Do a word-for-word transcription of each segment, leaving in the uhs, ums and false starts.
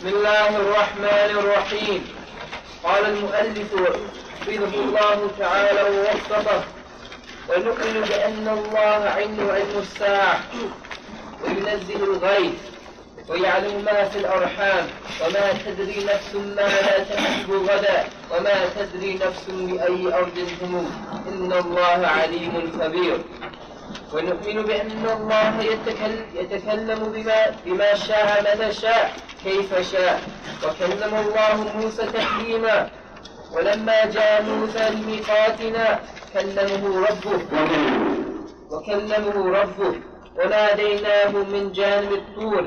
بسم الله الرحمن الرحيم. قال المؤلف حفظه الله تعالى ووفقه: ونؤمن بأن الله عنده علم الساعة وينزل الغيث ويعلم ما في الأرحام وما تدري نفس ماذا تكسب غدا وما تدري نفس بأي أرض تموت إن الله عليم خبير. ونؤمن بأن الله يتكلم بما, بما شاء متى شاء كيف شاء. وكلم الله موسى تكليما، ولما جاء موسى لميقاتنا كلمه ربه وكلمه ربه وناديناه من جانب الطور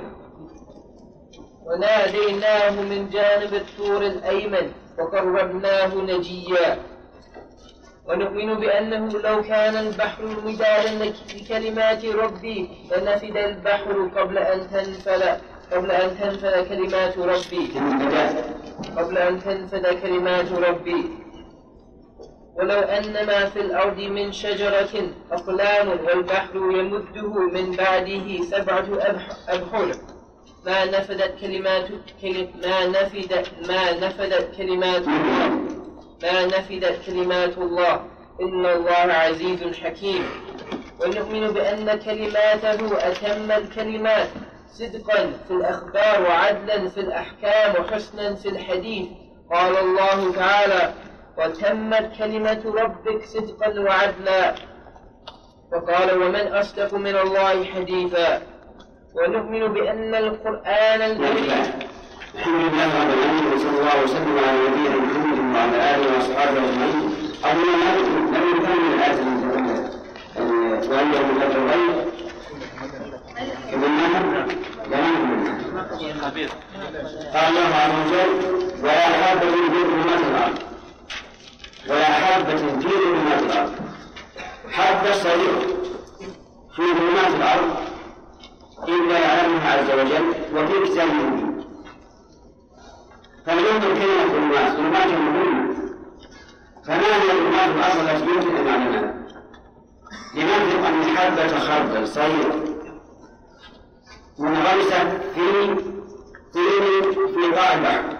وناديناه من جانب الطور الأيمن وقربناه نجيا. ونؤمن بأنه لو كان البحر مدادا لكلمات ربي لنفد البحر قبل أن تنفد قبل أن تنفد كلمات ربي قبل أن تنفد كلمات ربي ولو أن ما في الأرض من شجرة أقلام والبحر يمده من بعده سبعة أبحر ما نفدت كلمات ما نفدت ما نفدت كلمات الله ما نفدت كلمات الله إن الله عزيز حكيم. ونؤمن بأن كلماته أتم الكلمات صدقا في الأخبار وعدلا في الأحكام وحسنا في الحديث. قال الله تعالى: وتمت كلمة ربك صدقا وعدلا. وقال: ومن أصدق من الله حديثا. ونؤمن بأن القرآن الكريم. الحمد لله رب العالمين وصلى الله وسلم على نبينا محمد وعلى آله وأصحابه أجمعين. أولا لم يكمل الآية المتكلمة وأنه من أجل الغيب كمنها قال الله عز وجل: ولا حابة في ظلمات الأرض ولا حابة في ظلمات الأرض. حابة صغيرة في ظلمات الأرض إلا يعلمها عز وجل وفي كتاب مبين. فلننظر كلمة ظلمات ظلمات مهمة. فما هي ظلمات الأصل التي يمكن أن نعلمها؟ لننظر أن حابة خردل صغيرة منغمسة في طين في قاع البحر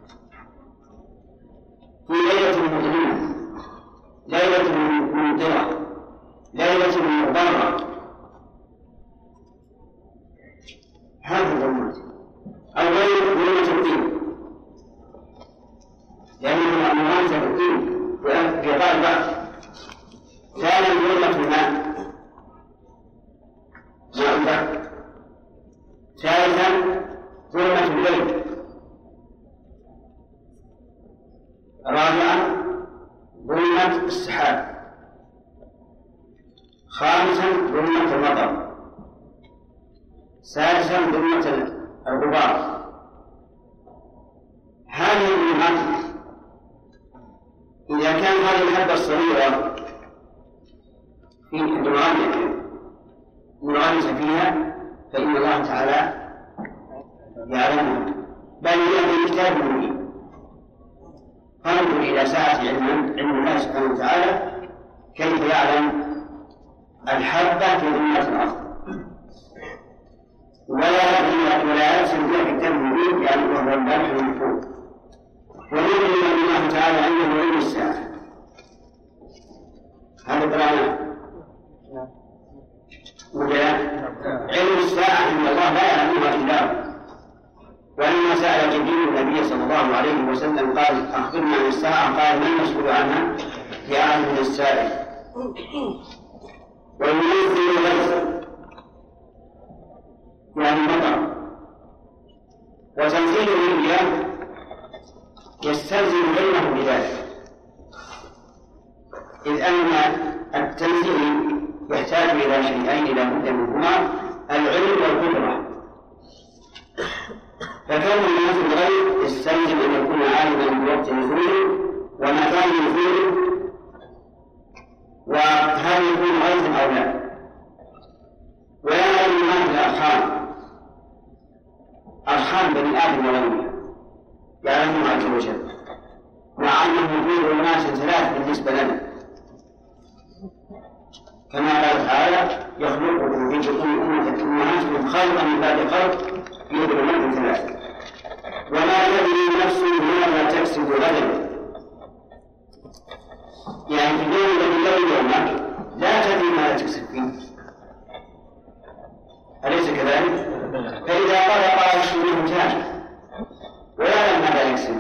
في ليلة مظلمة، ليلة ممطرة، ليلة مغبرة. هذه الظلمات. أولا ظلمة الطين لأنه منغمسة في الطين في قاع البحر. ثانيا ظلمة الماء ماء البحر. ثالثا ظلمة الليل. رابعا ظلمة السحاب. خامسا ظلمة المطر. سادسا ظلمة الغبار. هذه الظلمات إذا كان هذه الحبة الصغيرة في منغمسة فيها فإن الله تعالى يعلمها، بل يأتي كتاب مبين. فانظر إلى ساعة علم علم الله سبحانه وتعالى كيف يعلم الحبة في ظلمات الأرض ولا ولا يرسل فيها كتاب مبين يعني وهو البارح المحفوظ. ونؤمن أن الله تعالى عنده علم الساعة. هذا قرآن علم الساعة عند الله لا يعلمها إلا هو. ولما سأل جبريل النبي صلى الله عليه وسلم قال: أخبرنا عن الساعة. قال: من المسؤول عنها بأعلم من السائل. وينزل الغيث يعني المطر. وتنزيل المياه يستلزم علمه بذلك، إذ أن التنزيل يحتاج إلى شيئين لا بد منهما: العلم والقدرة. فكون الناس الغيب يستلزم أن يكون عالما بوقت نزوله ومكان نزوله، وهل يكون غيثا أو لا. ويعلم ما في الأرحام، أرحام بني آدم وغيرها يعلمه عز وجل، مع أنه في ظلمات ثلاث بالنسبة لنا، كما قال تعالى: يخلقكم في بطون أمهاتكم خلقا من بعد خلق في ظلمات ثلاث. تكسب غدا، يعني في اليوم الذي يلي يومك لا تدري ماذا تكسب فيه، أليس كذلك؟ فإذا قال قائل منه تاجر ولا يعلم ماذا يكسب،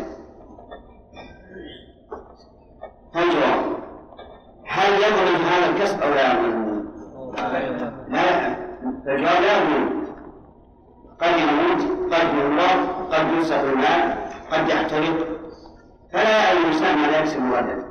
فالجواب هل يضمن هذا الكسب أو لا يضمن؟ لا، فالجواب لا يضمن. قد يموت، قد يمرض، قد ينسف المال، قد يحترق، فلا الإنسان ماذا يكسب غدا.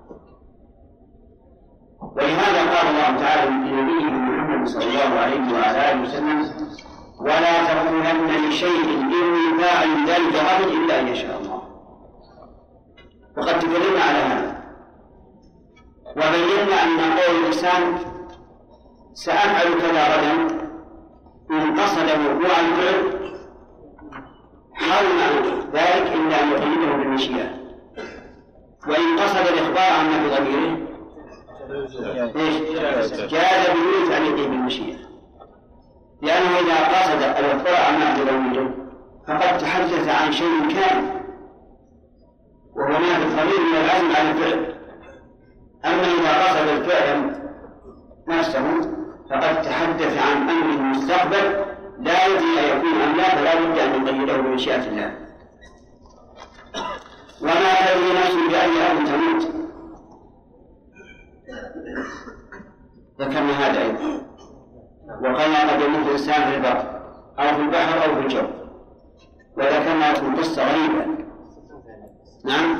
ولهذا قال الله تعالى لنبيه محمد صلى الله عليه وعلى آله وسلم: ولا تقولن لشيء إني فاعل ذلك غدا إلا أن يشاء الله. وقد تكلمنا على هذا وبينا أن قول الإنسان سأفعل كذا غدا إن قصد وقوع الفعل حرم ذلك إلا أن يقيده بالمشيئة، وإن قصد الإخبار عما بضميره جاز بيوت أن يقيم بالمشيئة، لأنه إذا قصد الإخبار عما بضميره فقد تحدث عن شيء كان وهناك قليل من العزم على الفعل. أما إذا قصد الفعل نفسه فقد تحدث عن أمر المستقبل لا يدري أن يكون أم لا، فلا بد أن يقيده بمشيئة الله. وما تدري نفس بأي أرض تموت، ذكرنا هذا أيضا. وقال قد يموت الإنسان في البر أو في البحر أو في الجو، وذكرنا في قصة غريبة. نعم،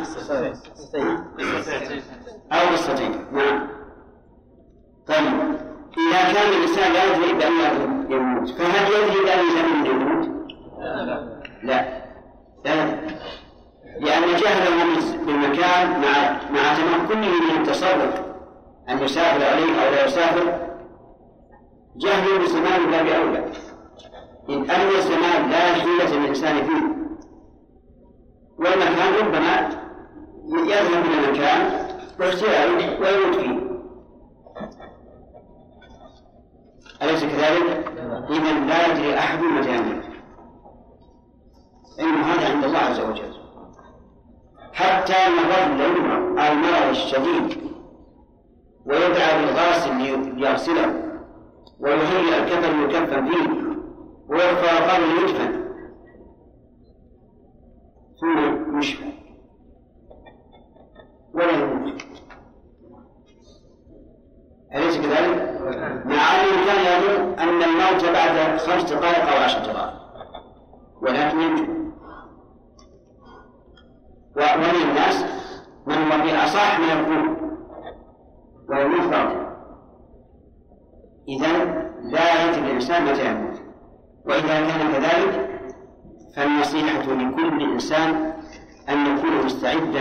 أو قصتين. نعم. طيب إذا كان الإنسان لا يدري بأنه يموت، فهل يدري بأن الإنسان يموت؟ لا، لا، لأن جهله بالمكان مع مع تمكنه من التصرف أن يسافر عليه أو لا يسافر جهله بزمان باب أولى، إن أن الزمان لا حيلة للإنسان فيه، والمكان ربما يذهب إلى المكان واختياره ويموت فيه، أليس كذلك؟ إذن لا يدري أحد متى يموت، علم هذا عند الله عز وجل. حتى أن الرجل يمرض المرض الشديد ويدعى بالغاسل ليغسله ويهيئ الكفن يكفن فيه ويرفع القبر ليدفن ثم يشفى ولا يموت، أليس كذلك؟ مع أنه كان يظن أن الموت بعد خمس دقائق أو عشر دقائق، ولكن ينجو. ومن الناس من هو في أصح ما يكون ويموت. إذن لا يدري الإنسان متى يموت. وإذا كان كذلك فالنصيحة لكل إنسان أن يكون مستعدا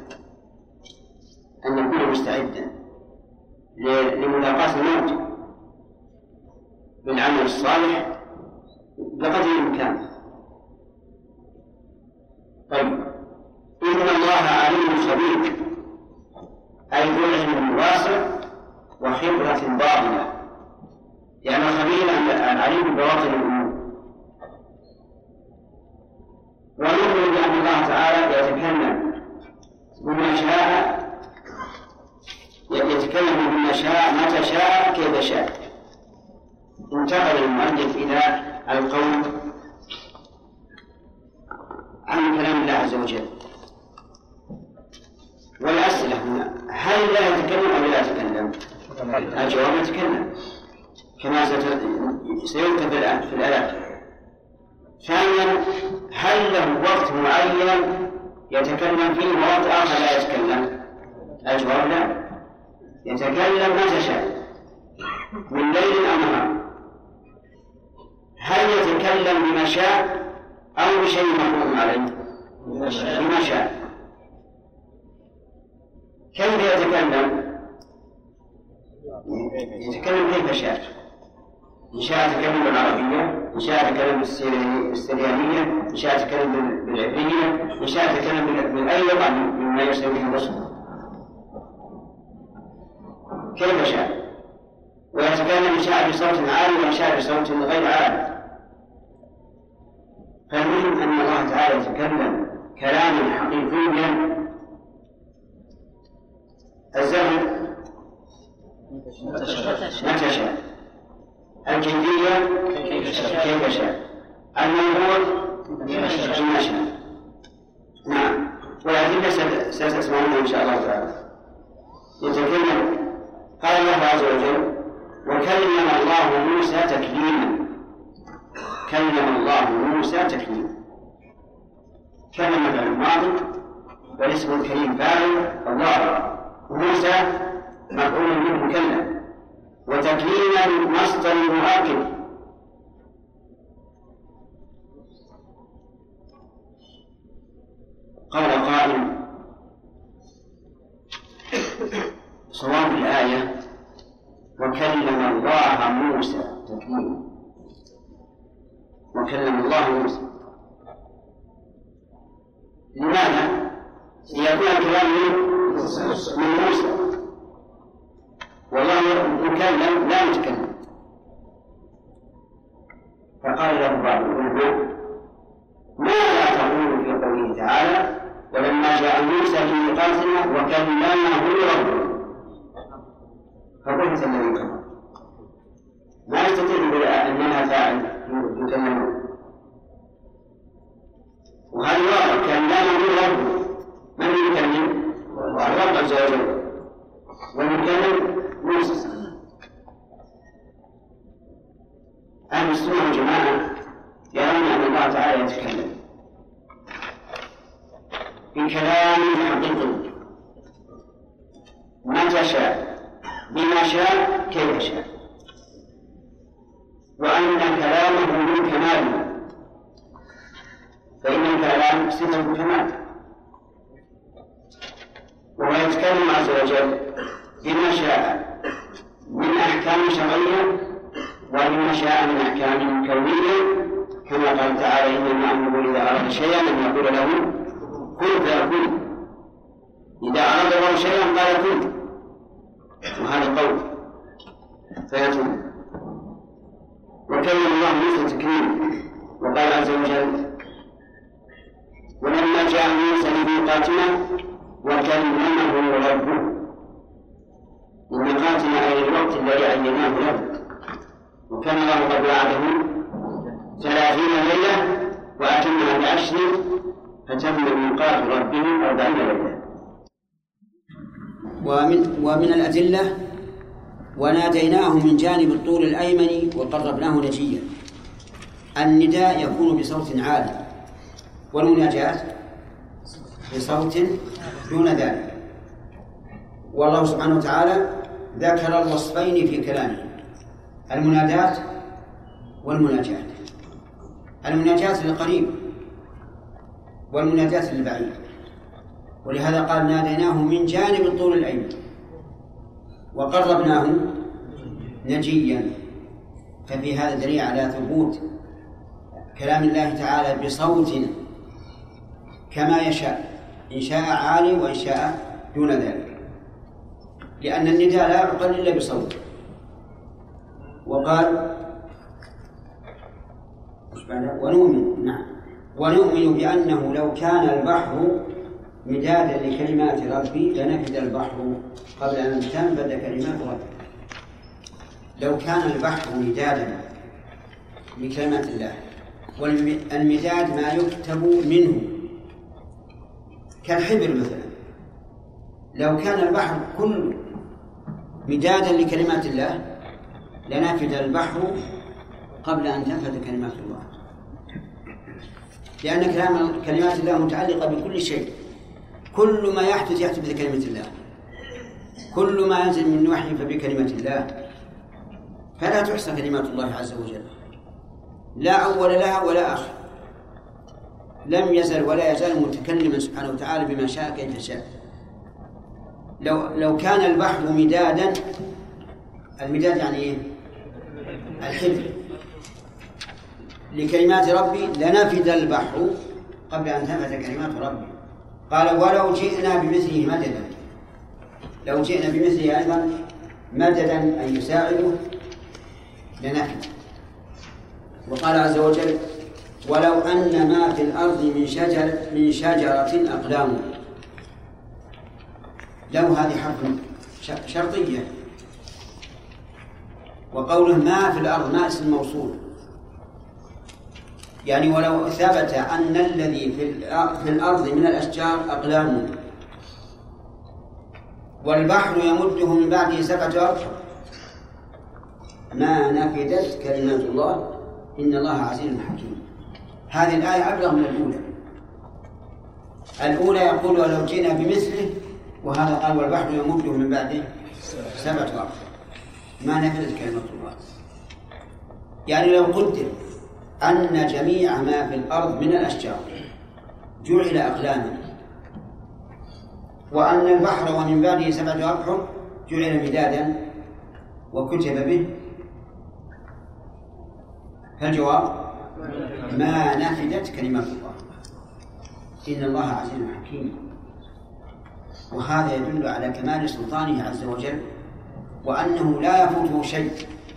أن يكون مستعدا لملاقاة الموت بالعمل الصالح بقدر الإمكان. طيب، إن الله عليم خبير، أي ذو علم واسع وخبرة باطنة، يعني خبير العليم ببواطن الأمور. ونؤمن بأن الله تعالى يتكلم بما شاء يتكلم بما شاء متى شاء كيف شاء. انتقل المؤلف إلى القول عن كلام الله عز وجل والأسئلة هنا: هل لا يتكلم أو لا يتكلم؟ الجواب يتكلم كما سيذكر في الآيات. ثانيا: هل له وقت معين يتكلم فيه ووقت آخر لا يتكلم؟ الجواب لا، يتكلم متى شاء من ليل أو نهار. هل يتكلم بما شاء أو بشيء محكوم عليه؟ بما شاء. كيف يتكلم؟ يتكلم كيف شاء. إن شاء يتكلم بالعربية، إن شاء يتكلم بالسريانية، إن شاء يتكلم بالعبرية، إن شاء يتكلم بالأي لغة مما يسويه الرسل، كيف شاء. ويتكلم إن شاء بصوت عالي وإن شاء بصوت غير عالي. فالمهم أن الله تعالى يتكلم كلاما حقيقيا الزمن ما تشاء، الكيفية كيف شاء، الموضوع ما شاء. نعم، والأدلة ستسمعونها إن شاء الله تعالى. يتكلم قال الله عز وجل: وكلم الله موسى تكليما. كلم الله موسى تكليما، كلم فعل الماضي والاسم الكريم فاعل الله، وموسى مفعول به مكلم، وتكليما مصدر مؤكد. قال قائل: صواب الآية وكلم الله موسى تكليما، وكلم الله موسى. لماذا؟ ليكون الكلام من موسى، والله مكلم لا متكلم. فقال له بعض العلماء: ماذا تقول في قوله تعالى: ولما جاء موسى لميقاتنا وكلمه ربه؟ فبحث الذي كفر، ما يستطيع أنها فاعل يكلمه، وهذا واضح كلمه ربه. من يكلم؟ الرب عز وجل، والمكلم موسى. أهل السنة والجماعة يرون أن الله تعالى يتكلم بكلام حقيقي متى شاء بما شاء كيف شاء، وأن كلامه من كماله، فإن الكلام صفة كمال، وهو يتكلم عز وجل بما شاء من أحكام شرعية وبما شاء من أحكام كونية، كما قال تعالى: إنما أمره إذا أراد شيئا أن يقول له كن فيكون. إذا أراد الله شيئا قال كن، وهذا قول فيكون. وكلم الله موسى تكليما، وقال عز وجل: ولما جاء موسى لميقاتنا وكلمه ربه. لميقاتنا أي الوقت الذي عيناه له، وكان الله قد وعده ثلاثين ليلة وأتمها بعشر فتم ميقات ربه أربعين ليلة. ومن, ومن الأدلة: وناديناه من جانب الطور الأيمن وقربناه نجيا. النداء يكون بصوت عالي، والمناجاة بصوت دون ذلك. والله سبحانه وتعالى ذكر الوصفين في كلامه: المنادات والمناجاة. المناجاة للقريب والمناجاة للبعيد، ولهذا قال: ناديناه من جانب الطور الأيمن وقربناه نجيا. ففي هذا دليل على ثبوت كلام الله تعالى بصوت كما يشاء، إن شاء عالي وإن شاء دون ذلك، لأن النداء لا يعقل إلا بصوت. وقال: ونؤمن نعم ونؤمن بأنه لو كان البحر مدادا لكلمات ربي لنفد البحر قبل أن تنفد كلمات ربي. لو كان البحر مدادا لكلمات الله، والمداد ما يكتب منه كالحبر مثلا، لو كان البحر كله مدادا لكلمات الله لنفد البحر قبل أن تنفد كلمات الله، لأن كلام كلمات الله متعلقة بكل شيء. كل ما يحدث يحدث بكلمة الله، كل ما ينزل من وحي فبكلمة الله، فلا تحصى كلمات الله عز وجل، لا أول لها ولا آخر. لم يزل ولا يزال متكلما سبحانه وتعالى بما شاء كيف شاء. لو لو كان البحر مدادا، المداد يعني ايه؟ الحبر لكلمات ربي لنفد البحر قبل أن تنفد كلمات ربي. قال: ولو جئنا بمثله مددا، لو جئنا بمثله أيضا مددا أن يساعده لنفد. وقال عز وجل: ولو أن ما في الأرض من شجر من شجرة أقلام. لو هذه حرف شرطية، وقوله ما في الأرض ما اسم موصول، يعني ولو ثبت أن الذي في الأرض من الأشجار أقلام والبحر يمده من بعده سبعة أبحر ما نفدت كلمات الله إن الله عزيز حكيم. هذه الآية أبلغ من الأولى. الأولى يقول ولو جئنا بمثله، وهذا قال والبحر يمده من بعده سبعة أبحر ما نفدت كلمات الله. يعني لو قدر أن جميع ما في الأرض من الأشجار جعل أقلاما، وأن البحر ومن بعده سبعة أبحر جعل مدادا وكتب به، فالجواب ما نفدت كلمات الله إن الله عزيز حكيم. وهذا يدل على كمال سلطانه عز وجل، وأنه لا يفوته شيء،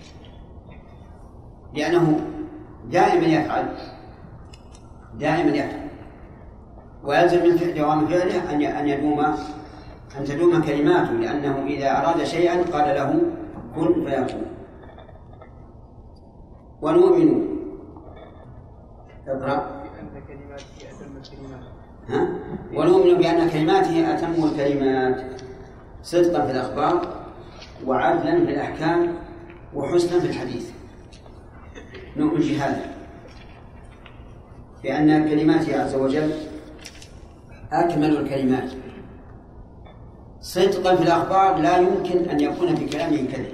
لأنه دائما يفعل دائما يفعل ويلزم من دوام فعله أن أن يدوم أن تدوم كلماته، لأنه إذا أراد شيئا قال له كن فيكون. ونؤمن اقرأ ها؟ ونؤمن بأن كلماته أتم الكلمات صدقا في الأخبار وعدلا في الأحكام وحسنا في الحديث. نؤمن بهذا، بأن كلماته عز وجل أكمل الكلمات صدقا في الأخبار، لا يمكن أن يكون في كلامه كذب.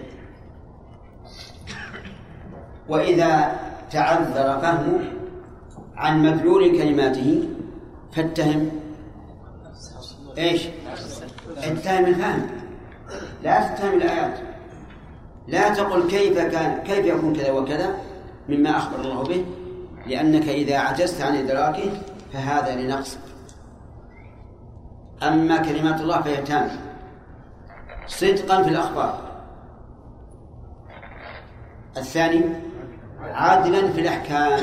وإذا تعذر فهمه عن مدلول كلماته فاتهم إيش؟ اتهم الفهم، لا تتهم الآيات. لا تقل كيف كان كيف يكون كذا وكذا مما أخبر الله به، لأنك إذا عجزت عن إدراكه فهذا لنقص. أما كلمات الله فهي تامة صدقا في الأخبار. الثاني عادلا في الأحكام،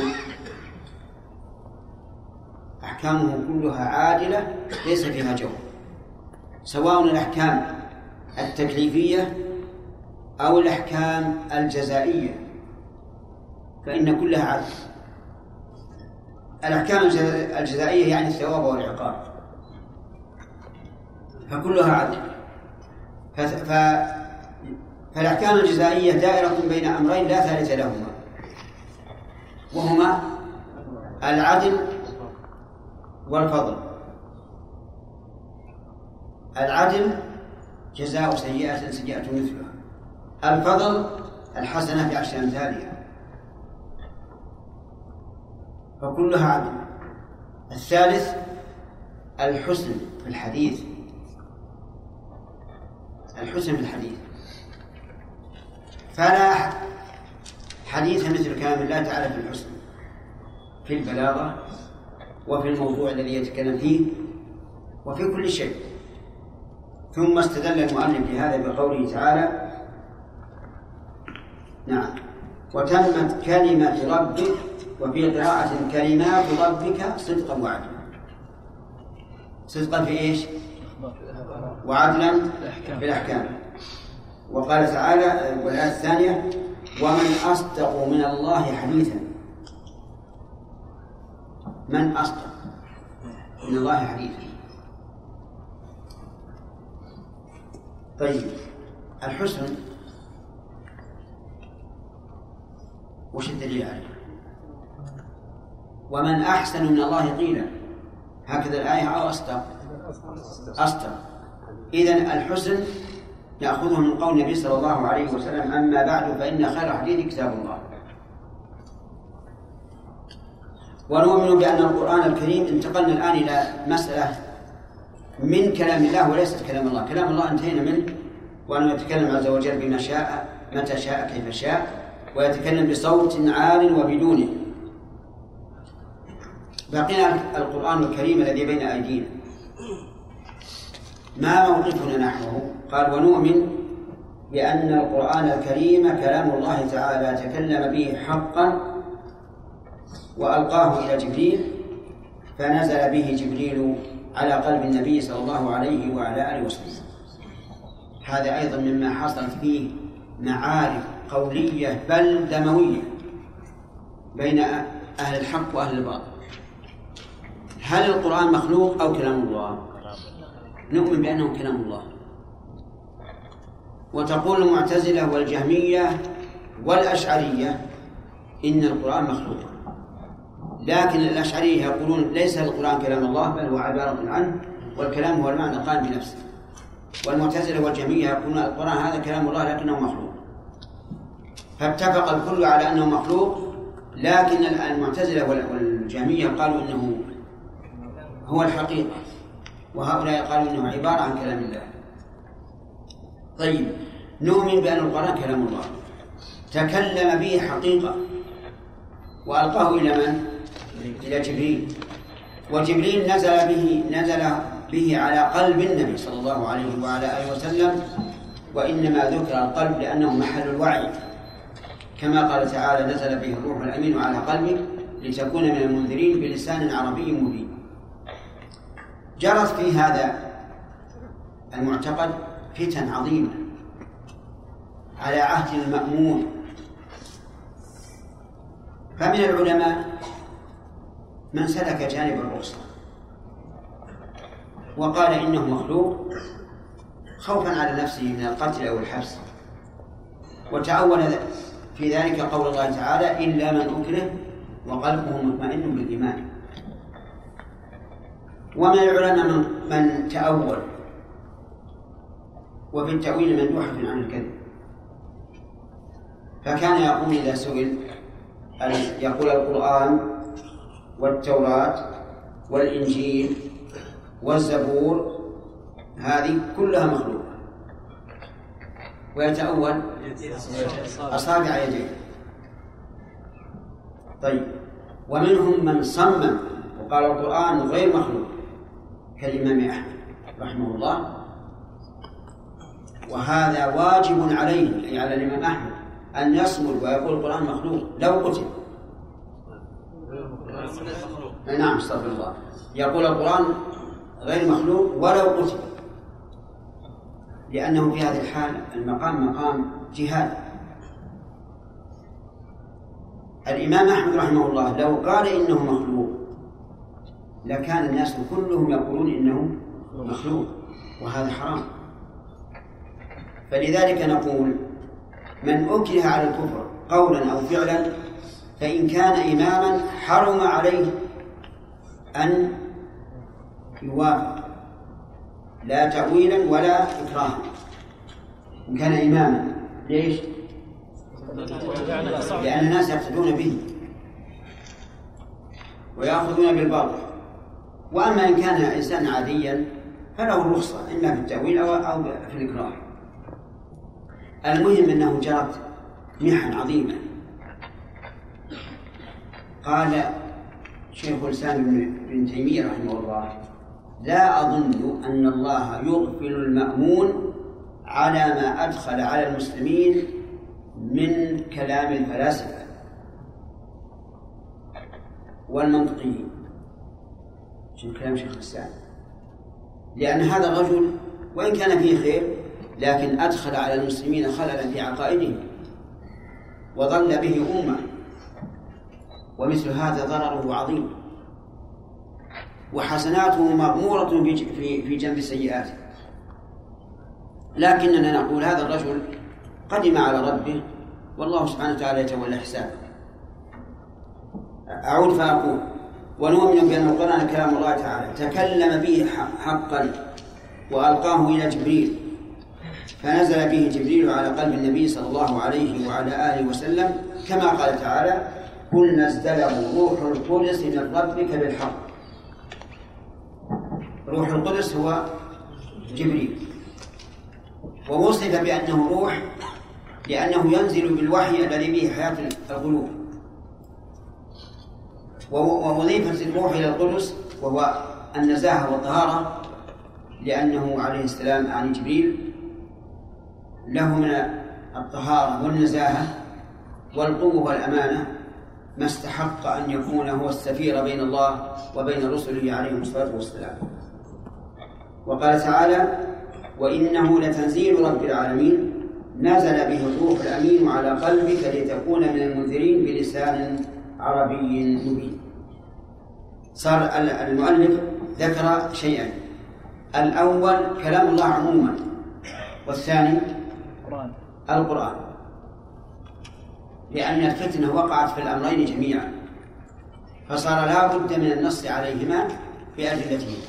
أحكامه كلها عادلة ليس فيها جو، سواء الأحكام التكليفية أو الأحكام الجزائية فإن كلها عدل. الأحكام الجزائية يعني الثواب والعقاب فكلها عدل. فالأحكام الجزائية دائرة بين أمرين لا ثالث لهما، وهما العدل والفضل. العدل جزاء سيئة سيئة مثلها، الفضل الحسنة بعشر أمثالها، فكلها عدل. الثالث الحسن في الحديث، الحسن في الحديث، فلا حديث مثل كلام الله تعالى في الحسن في البلاغة وفي الموضوع الذي يتكلم فيه وفي كل شيء. ثم استدل المؤلف لهذا بقوله تعالى نعم وتمت كلمة ربك، وفي قراءة كلمات ربك صدقا وعدلا. صدقا في إيش؟ وعدلا في الأحكام. وقال تعالى والآية الثانية ومن أصدق من الله حديثا. من أصدق من الله حديثا. طيب الحسن وش الدليل عليه؟ ومن أحسن من الله قيلا، هكذا الآية أو أصدق أصدق. إذن الحسن نأخذه من قول النبي صلى الله عليه وسلم أما بعد فإن خير حديث كتاب الله. ونؤمن بأن القرآن الكريم انتقلنا الآن إلى مسألة من كلام الله وليست كلام الله. كلام الله انتهينا منه، وأنه يتكلم عز وجل بما شاء متى شاء كيف شاء، ويتكلم بصوت عال وبدونه. بقينا القرآن الكريم الذي بين أيدينا، ما موقفنا نحوه؟ قال ونؤمن بأن القرآن الكريم كلام الله تعالى تكلم به حقا وألقاه إلى جبريل فنزل به جبريل على قلب النبي صلى الله عليه وعلى آله وسلم. هذا أيضا مما حصلت فيه معارف قولية بل دموية بين أهل الحق وأهل الباطل. هل القرآن مخلوق أو كلام الله؟ نؤمن بأنه كلام الله. وتقول المعتزلة والجهمية والأشعرية إن القرآن مخلوق، لكن الأشعرية يقولون ليس القرآن كلام الله بل هو عبارة عنه، والكلام هو المعنى قائم بنفسه. والمعتزلة والجهمية يقولون القرآن هذا كلام الله لكنه مخلوق. فاتفق الكل على أنه مخلوق، لكن المعتزلة والجهمية قالوا إنه هو الحقيقة، وهؤلاء قالوا إنه عبارة عن كلام الله. طيب، نؤمن بأن القرآن كلام الله تكلم به حقيقة وألقاه إلى من؟ إلى جبريل، وجبريل نزل به نزل به على قلب النبي صلى الله عليه وعلى آله وسلم. وإنما ذكر القلب لأنه محل الوعي، كما قال تعالى نزل به الروح الأمين على قلبك لتكون من المنذرين بلسان عربي مبين. جرت في هذا المعتقد فتن عظيمة على عهد المأمون، فمن العلماء من سلك جانب الرخصة وقال إنه مخلوق خوفا على نفسه من القتل أو الحبس، وتعول في ذلك قول الله تعالى إلا من أكره وقلبه مطمئن بالإيمان. ومن العلماء من تأول، وفي التأويل مندوحة عن الكذب، فكان يقول إذا سئل يقول القرآن والتوراة والإنجيل والزبور هذه كلها مخلوقة، ويتأول أصابع يديه. طيب، ومنهم من صمم وقال القرآن غير مخلوق كالإمام أحمد رحمه الله، وهذا واجب عليه أي على الإمام أحمد أن يصمد ويقول القرآن مخلوق لو قتل. نعم، استغفر الله، يقول القرآن غير مخلوق ولو قتل، لأنه في هذه الحال المقام مقام جهاد. الإمام أحمد رحمه الله لو قال إنه مخلوق لكان الناس كلهم يقولون إنه مخلوق، وهذا حرام. فلذلك نقول من أكره على الكفر قولا أو فعلا فإن كان إماما حرم عليه أن يوافق، لا تأويلا ولا إكراها. إن كان إماما، ليش؟ لأن الناس يقتدون به ويأخذون بالباطل. وأما إن كان إنسان عاديا فله الرخصة إما في التأويل أو في الإكراه. المهم أنه جرت محن عظيمة. قال شيخ الإسلام ابن تيمية رحمه الله لا أظن أن الله يغفل المأمون على ما أدخل على المسلمين من كلام الفلاسفة والمنطقيين. شو كلام شيخ الإسلام؟ لأن هذا الرجل وإن كان فيه خير لكن أدخل على المسلمين خللا في عقائدهم وظل به أمة، ومثل هذا ضرره عظيم وحسناته مغمورة في جنب سيئاته. لكننا نقول هذا الرجل قدم على ربه والله سبحانه وتعالى يتولى حسابه. أعود فأقول ونؤمن بأن القرآن كلام الله تعالى تكلم به حقا وألقاه إلى جبريل فنزل به جبريل على قلب النبي صلى الله عليه وعلى آله وسلم، كما قال تعالى قل نزله روح القدس من ربك بالحق. روح القدس هو جبريل، ووصف بأنه روح لأنه ينزل بالوحي الذي به حياة القلوب. ووظيفة الروح إلى القدس وهو النزاهة والطهارة، لأنه عليه السلام عن جبريل له من الطهارة والنزاهة والقوة والأمانة ما استحق أن يكون هو السفير بين الله وبين رسله عليهم الصلاة والسلام. وقال تعالى: وإنه لتنزيل رب العالمين نزل به الروح الأمين على قلبك لتكون من المنذرين بلسان عربي مبين. صار المؤلف ذكر شيئا: الأول كلام الله عموما، والثاني القرآن، لأن الفتنة وقعت في الأمرين جميعا، فصار لا بد من النص عليهما بأدلتهما.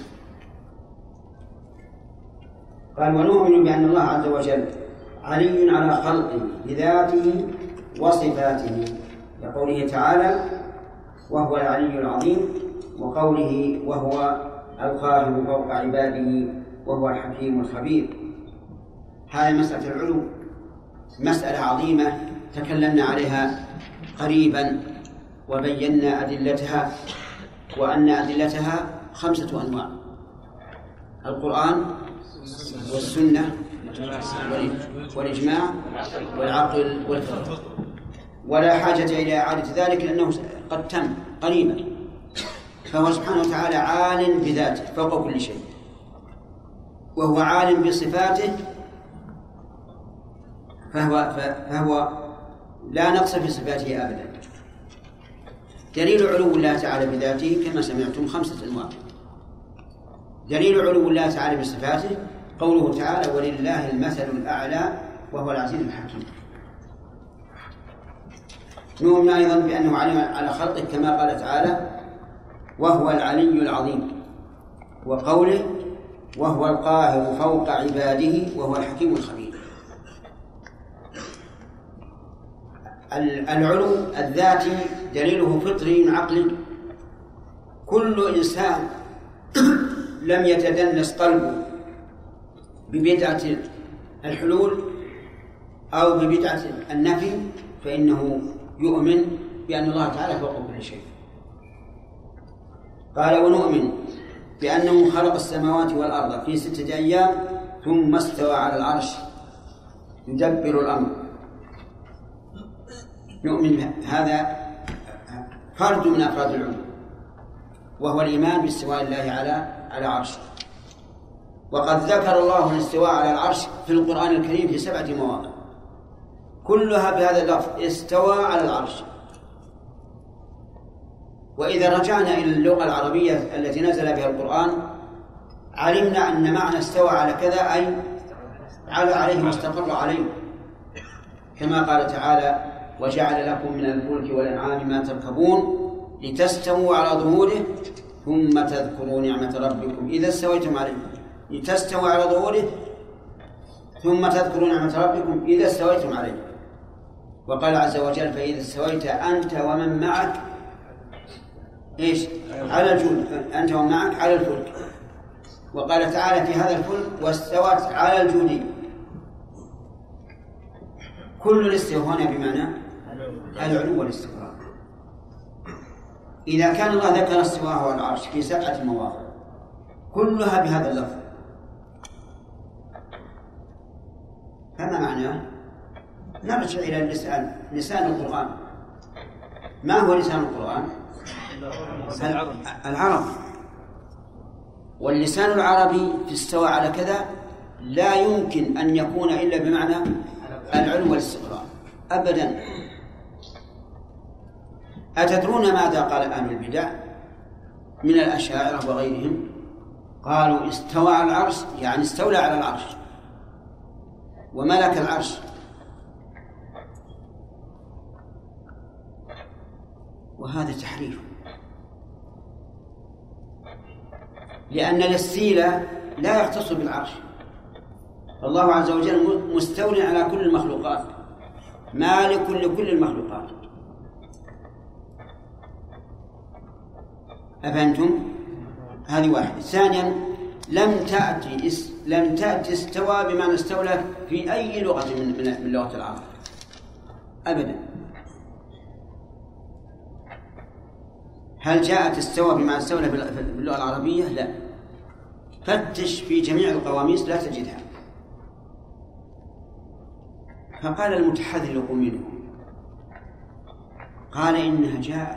قال: ونؤمن بأن الله عز وجل علي على خلقه بذاته وصفاته، لقوله تعالى: وهو العلي العظيم، وقوله: وهو القاهر فوق عباده وهو الحكيم الخبير. هذه مسألة العلو مسألة عظيمة تكلمنا عليها قريبا وبينا أدلتها، وأن أدلتها خمسة أنواع: القرآن والسنة والإجماع والعقل والفطرة، ولا حاجة إلى إعادة ذلك لأنه قد تم قريبا. فهو سبحانه وتعالى عالٍ بذاته فوق كل شيء، وهو عالٍ بصفاته، فهو, فهو لا نقص في صفاته أبدا. دليل علو الله تعالى بذاته كما سمعتم خمسة أنواع. دليل علو الله تعالى بصفاته قوله تعالى: ولله المثل الأعلى وهو العزيز الحكيم. نؤمن أيضا بأنه علم على خلقه كما قال تعالى: وهو العلي العظيم، وقوله: وهو القاهر فوق عباده وهو الحكيم الخبير. العلو الذاتي دليله فطري عقلي. كل إنسان لم يتدنس قلبه ببدعة الحلول أو ببدعة النفي فإنه يؤمن بأن الله تعالى فوق كل شيء. قال: ونؤمن بأنه خلق السماوات والأرض في ستة أيام ثم استوى على العرش يدبر الأمر. نؤمن هذا فرد من أفراد العلو، وهو الإيمان باستواء الله على على عرشه. وقد ذكر الله الاستواء على العرش في القرآن الكريم في سبعة مواضع كلها بهذا اللفظ: استوى على العرش. وإذا رجعنا إلى اللغة العربية التي نزل بها القرآن علمنا أن معنى استوى على كذا أي على عليه واستقر عليه، كما قال تعالى: وجعل لكم من الفلك والأنعام ما تركبون لتستووا على ظهوره ثم تذكروا نعمة ربكم إذا استويتم عليه. لتستووا على ظهوره ثم تذكروا نعمة ربكم إذا استويتم عليه. وقال عز وجل: فإذا استويت أنت ومن معك إيش؟ على الجود، أنت ومن معك على الفلك. وقال تعالى في هذا الفلك: واستوت على الجود. كل الاستواء هنا بمعنى العلو والاستقرار. إذا كان الله ذكر استواءه على العرش في سبعة مواضع كلها بهذا اللفظ، فما معناه؟ نرجع إلى اللسان، لسان القرآن. ما هو لسان القرآن؟ العرب. واللسان العربي في استوى على كذا لا يمكن أن يكون إلا بمعنى العلو والاستقرار أبدا. أتدرون ماذا قال أهل البدع من الأشاعرة وغيرهم؟ قالوا: استوى على العرش يعني استولى على العرش وملك العرش. وهذا تحريف، لأن الاستيلاء لا يختص بالعرش. الله عز وجل مستولى على كل المخلوقات، مالك لكل المخلوقات. أفهمتم؟ هذه واحدة. ثانيا، لم تأتي لم تأتي استوى بمعنى استولى في أي لغة من من لغة العرب أبدا. هل جاءت استوى بمعنى استولى في اللغة العربية؟ لا. فتش في جميع القواميس لا تجدها. فقال المتحذلق منهم: قال إنها جاء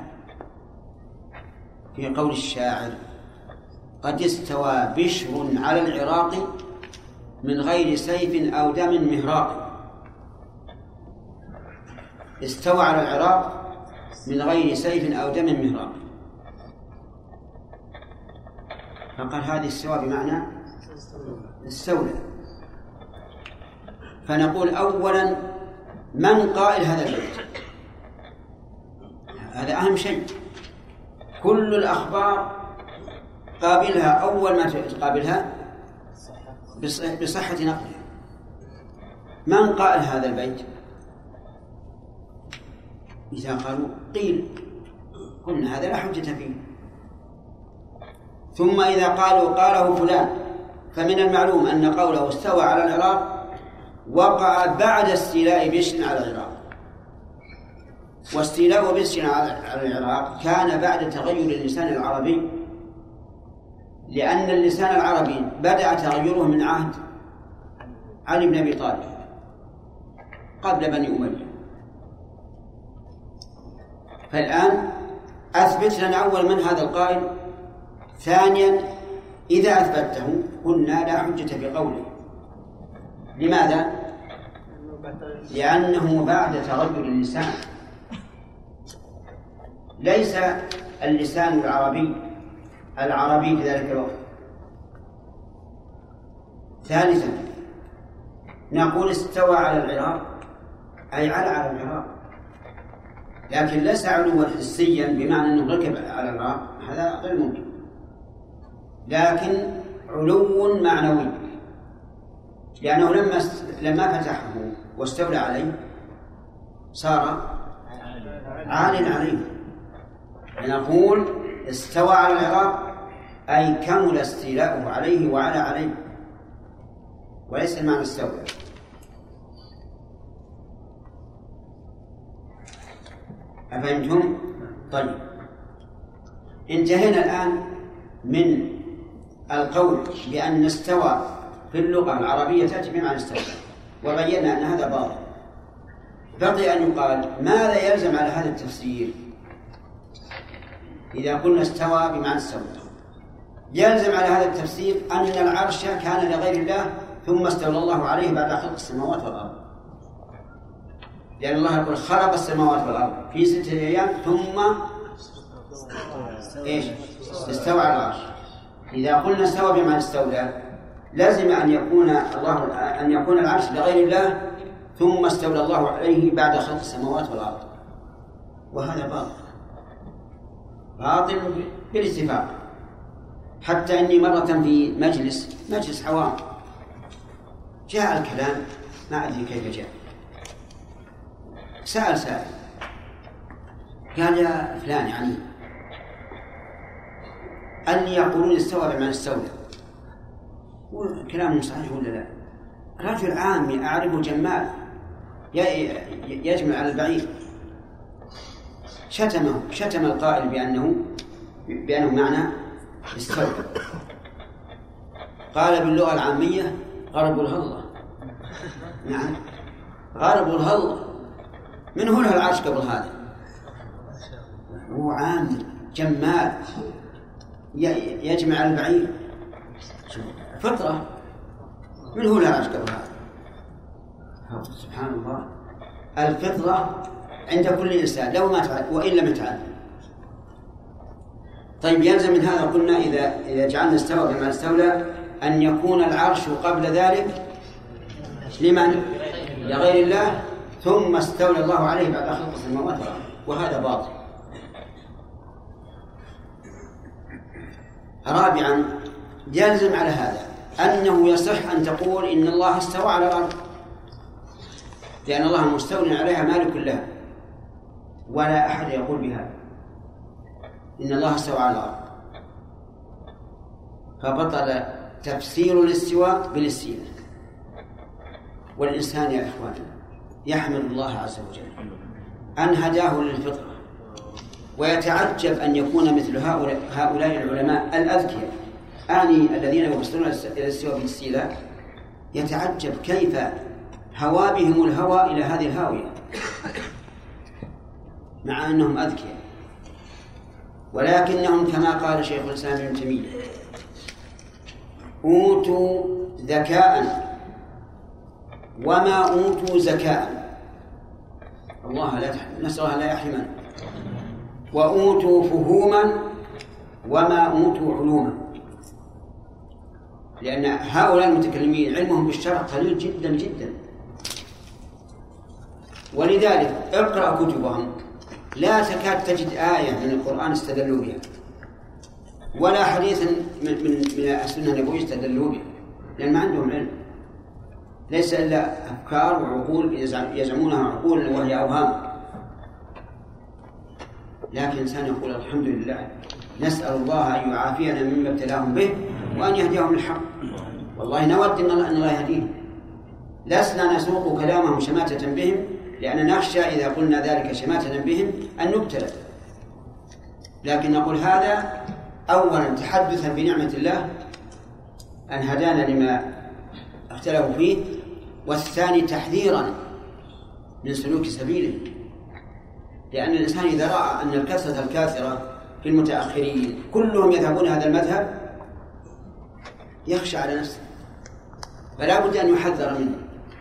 في قول الشاعر: قد استوى بشر على العراق من غير سيف أو دم مهراق. استوى على العراق من غير سيف أو دم مهراق. فقال هذه استوى بمعنى استولى. فنقول أولا: من قائل هذا البيت؟ هذا أهم شيء. كل الأخبار قابلها أول ما تقابلها بصحة نقلها. من قائل هذا البيت؟ إذا قالوا قيل قلنا هذا لا حجة فيه. ثم إذا قالوا قاله فلان فمن المعلوم أن قوله استوى على العراق وقع بعد استيلاء بشر على العراق، واستيلاء بشر على العراق كان بعد تغير اللسان العربي، لأن اللسان العربي بدأ تغيره من عهد علي بن أبي طالب قبل بني أمية. فالآن أثبت لنا أول من هذا القائل. ثانيا إذا أثبته قلنا لا حجة في قوله. لماذا؟ لأنه بعد تغير اللسان، ليس اللسان العربي العربي في ذلك الوقت. ثالثا نقول استوى على العراق أي على على العراق، لكن ليس علوا حسيا بمعنى أنه ركب على العراق، هذا غير ممكن، لكن علو معنوي، لأنه لما لما فتحه واستولى عليه صار عال عليه. نقول استوى على العراق أي كمل استيلاؤه عليه وعلى عليه، وليس المعنى استولى. أفهمتم؟ طيب، انتهينا الآن من القول بأن استوى في اللغة العربية تأتي بمعنى استولى، وبينا أن هذا باطل. بقي أن يقال ماذا يلزم على هذا التفسير؟ إذا قلنا استوى بمعنى استولى، يلزم على هذا التفسير أن العرش كان لغير الله ثم استولى الله عليه بعد خلق السماوات والأرض، لأن الله يقول خلق السماوات والأرض في ستة أيام ثم إيش؟ استوى على العرش. إذا قلنا استوى بمعنى استولى لازم أن يكون الله أن يكون العرش لغير الله ثم استولى الله عليه بعد خلق السماوات والأرض، وهذا باطل باطل بالاتفاق. حتى إني مرة في مجلس مجلس عوام جاء الكلام ما أدري كيف جاء، سأل سائل قال يا فلان يعني أني يقولون استوى بمعنى استولى، كلامهم صحيح ولا لا؟ رجل عامي أعرفه جمال يجمع على البعير، شتمه شتم القائل بأنه بأنه معنى استولى. قال باللغة العامية غربوا الهضة. نعم غربوا الهضة. من هو له العرش قبل هذا؟ هو عامي جمال يجمع على البعير، فطرة. من هو له العرش قبل هذا؟ سبحان الله، الفطرة عند كل إنسان لو ما تعلم وإن لم يتعلم. طيب يلزم من هذا قلنا إذا إذا جعلنا استوى بما استولى أن يكون العرش قبل ذلك لمن؟ لغير الله ثم استولى الله عليه بعد خلق السماوات والأرض، وهذا باطل. رابعا يلزم على هذا أنه يصح أن تقول إن الله استوى على الأرض، لأن الله مستولى عليها مالك لها، ولا أحد يقول بهذا إن الله استوى على الأرض، فبطل تفسير الاستواء بالاستيلاء. والإنسان يا إخواني يحمد الله عز وجل أن هداه للفطرة، ويتعجب أن يكون مثل هؤلاء, هؤلاء العلماء الأذكياء آني الذين يوصلون إلى الاستواء بالاستيلاء، يتعجب كيف هوى بهم الهوى إلى هذه الهاوية. مع أنهم أذكياء، ولكنهم كما قال شيخ الإسلام ابن تيمية أوتوا ذكاء وما أوتوا زكاء. الله لا نسأل الله لا يحرمنا. وأوتوا فهوما وما أوتوا علوما، لأن هؤلاء المتكلمين علمهم بالشرع قليل جدا جدا، ولذلك اقرأ كتبهم لا تكاد تجد آية من القرآن استدلوا بها ولا حديث من من من السنة النبوية استدلوا بها، لأن ما عندهم علم، ليس إلا أفكار وعقول يزعمونها عقول وهي أوهام. لكن الإنسان يقول الحمد لله، نسأل الله أن يعافينا مما ابتلاهم به وأن يهديهم للحق. والله نود أن الله يهديهم، لسنا نسوق كلامهم شماتة بهم، لأن نخشى إذا قلنا ذلك شماتة بهم أن نبتلى، لكن نقول هذا أولا تحدثا بنعمة الله أن هدانا لما اختلفوا فيه، والثاني تحذيرا من سلوك سبيله، لأن الإنسان إذا رأى أن الكثرة الكاثرة في المتأخرين كلهم يذهبون هذا المذهب يخشى على نفسه، فلا بد أن يحذر منه.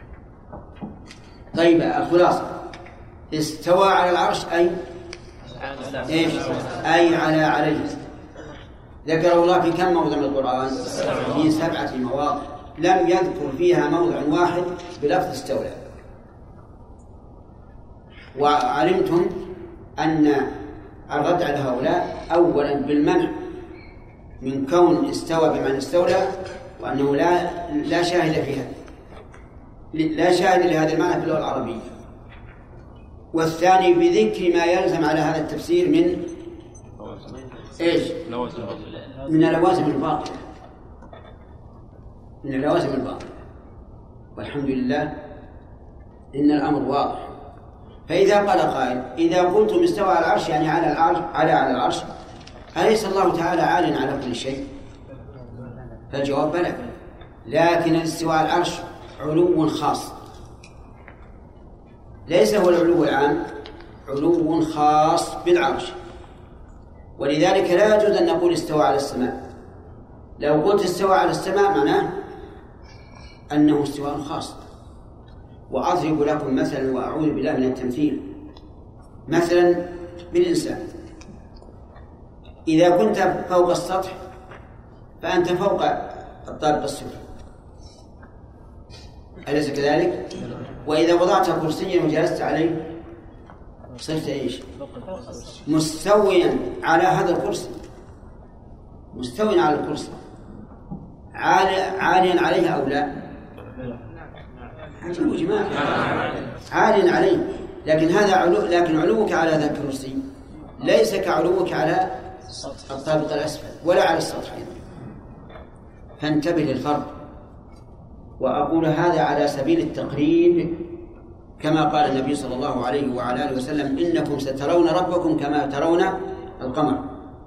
طيب الخلاصة استوى على العرش أي إيش؟ أي على عليه. ذكر الله في كم موضع من القرآن؟ في سبعة مواضع، لم يذكر فيها موضع واحد بلفظ استولى. وعلمتم أن الرد على هؤلاء أولا بالمنع من كون استوى بمعنى استولى، وأنه لا لا شاهد فيها، لا شاهد لهذا المعنى في اللغة العربية. والثاني بذكر ما يلزم على هذا التفسير من إيش؟ من اللوازم الباطلة، من اللوازم الباطلة. والحمد لله إن الأمر واضح. فإذا قال قائل إذا قلتم استوى على العرش يعني على العرش على على العرش، أليس الله تعالى عال على كل شيء؟ فالجواب بلى، لكن الاستواء على العرش علو خاص، ليس هو العلو العام، علو خاص بالعرش. ولذلك لا يجوز أن نقول استوى على السماء. لو قلت استوى على السماء معناه أنه استواء خاص. وأضرب لكم مثلا وأعوذ بالله من التمثيل، مثلا بالإنسان، إذا كنت فوق السطح فأنت فوق الطابق السفلي، أليس كذلك؟ وإذا وضعت كرسيا وجلست عليه صرت إيش؟ مستويا على هذا الكرسي، مستويا على الكرسي، عاليا عليه أو لا؟ عجيب جماعة، عاليا عليه، لكن هذا علو، لكن علوك على ذا الكرسي ليس كعلوك على الطابق الأسفل ولا على السطح أيضا. فانتبه للفرق. وأقول هذا على سبيل التقريب، كما قال النبي صلى الله عليه وعلى آله وسلم إنكم سترون ربكم كما ترون القمر،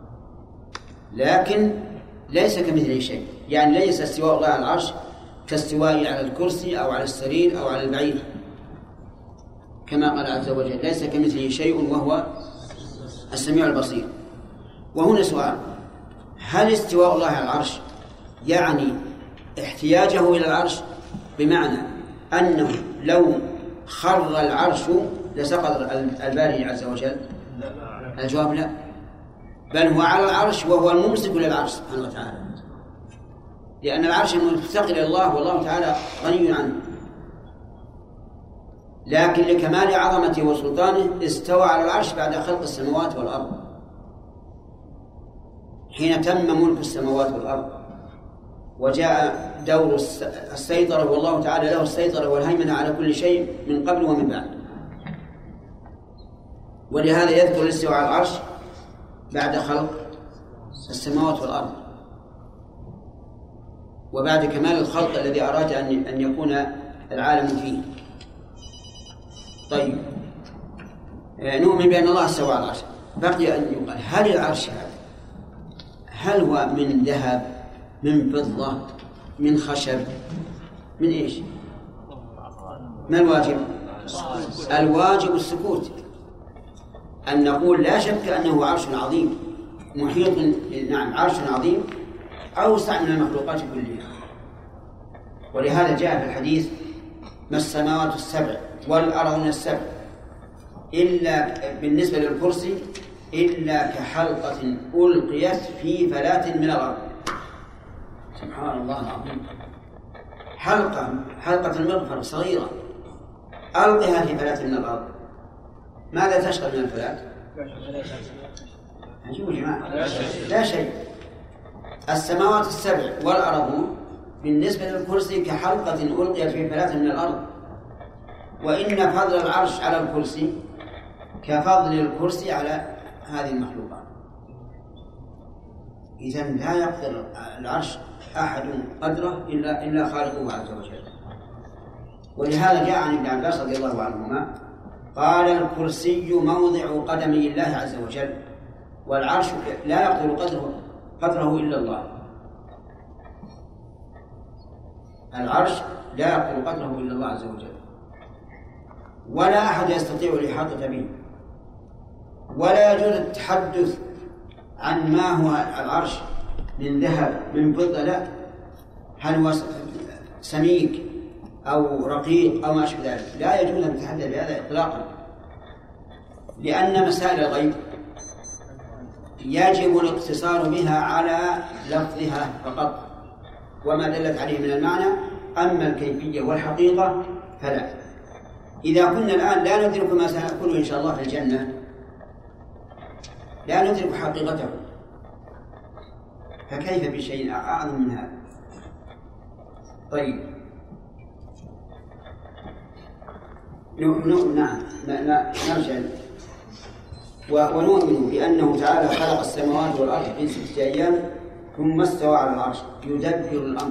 لكن ليس كمثله شيء، يعني ليس استواء الله على العرش كاستواء على الكرسي أو على السرير أو على البعير، كما قال عز وجل ليس كمثله شيء وهو السميع البصير. وهنا سؤال، هل استواء الله على العرش يعني احتياجه إلى العرش بمعنى أنه لو خر العرش لسقط الباري عز وجل؟ الجواب لا، بل هو على العرش وهو الممسك للعرش سبحانه وتعالى، لأن العرش مفتقر إلى الله والله تعالى غني عنه، لكن لكمال عظمته وسلطانه استوى على العرش بعد خلق السماوات والأرض، حين تم ملك السماوات والأرض وجاء دور السيطرة، والله تعالى له السيطرة والهيمنة على كل شيء من قبل ومن بعد. ولهذا يذكر الاستواء على العرش بعد خلق السماوات والأرض وبعد كمال الخلق الذي أراد أن يكون العالم فيه. طيب، نؤمن بأن الله استوى على العرش. بقي أن يقال هل العرش هذا هل هو من ذهب، من فضة، من خشب، من إيش؟ ما الواجب؟ الواجب السكوت. أن نقول لا شك أنه عرش عظيم محيط، نعم عرش عظيم أوسع من المخلوقات كلها. ولهذا جاء في الحديث: ما السماوات السبع والأرض السبع إلا بالنسبة للكرسي إلا كحلقة ألقيت في فلاة من الأرض. سبحان الله العظيم، حلقة حلقة المغفر صغيرة ألقها في فلاة من الأرض، ماذا تشغل من الفلاة؟ عجيب يا جماعة، لا شيء. السماوات السبع والأرض بالنسبة للكرسي كحلقة ألقيت في فلاة من الأرض، وإن فضل العرش على الكرسي كفضل الكرسي على هذه المخلوقات. إذن لا يقدر العرش أحد قدره إلا إلا خالقه عز وجل. ولهذا جاء عن ابن عباس رضي الله عنهما قال: الكرسي موضع قدمي الله عز وجل، والعرش لا يقدر قدره قدره إلا الله. العرش لا يقدر قدره إلا الله عز وجل، ولا أحد يستطيع الإحاطة به، ولا يجوز التحدث عن ما هو العرش من ذهب من فضة، لا، هل هو سميك أو رقيق أو ما أشبه ذلك، لا يجوز أن نتحدث بهذا إطلاقا، لأن مسائل الغيب يجب الاقتصار بها على لفظها فقط وما دلت عليه من المعنى، أما الكيفية والحقيقة فلا. إذا كنا الآن لا ندرك ما سنقوله إن شاء الله في الجنة، لا ندرك حقيقته، فكيف بشيء أعظم من هذا؟ طيب، نعم نرجع ونؤمن بأنه تعالى خلق السماوات والأرض في ستة أيام ثم استوى على العرش يدبر الأمر.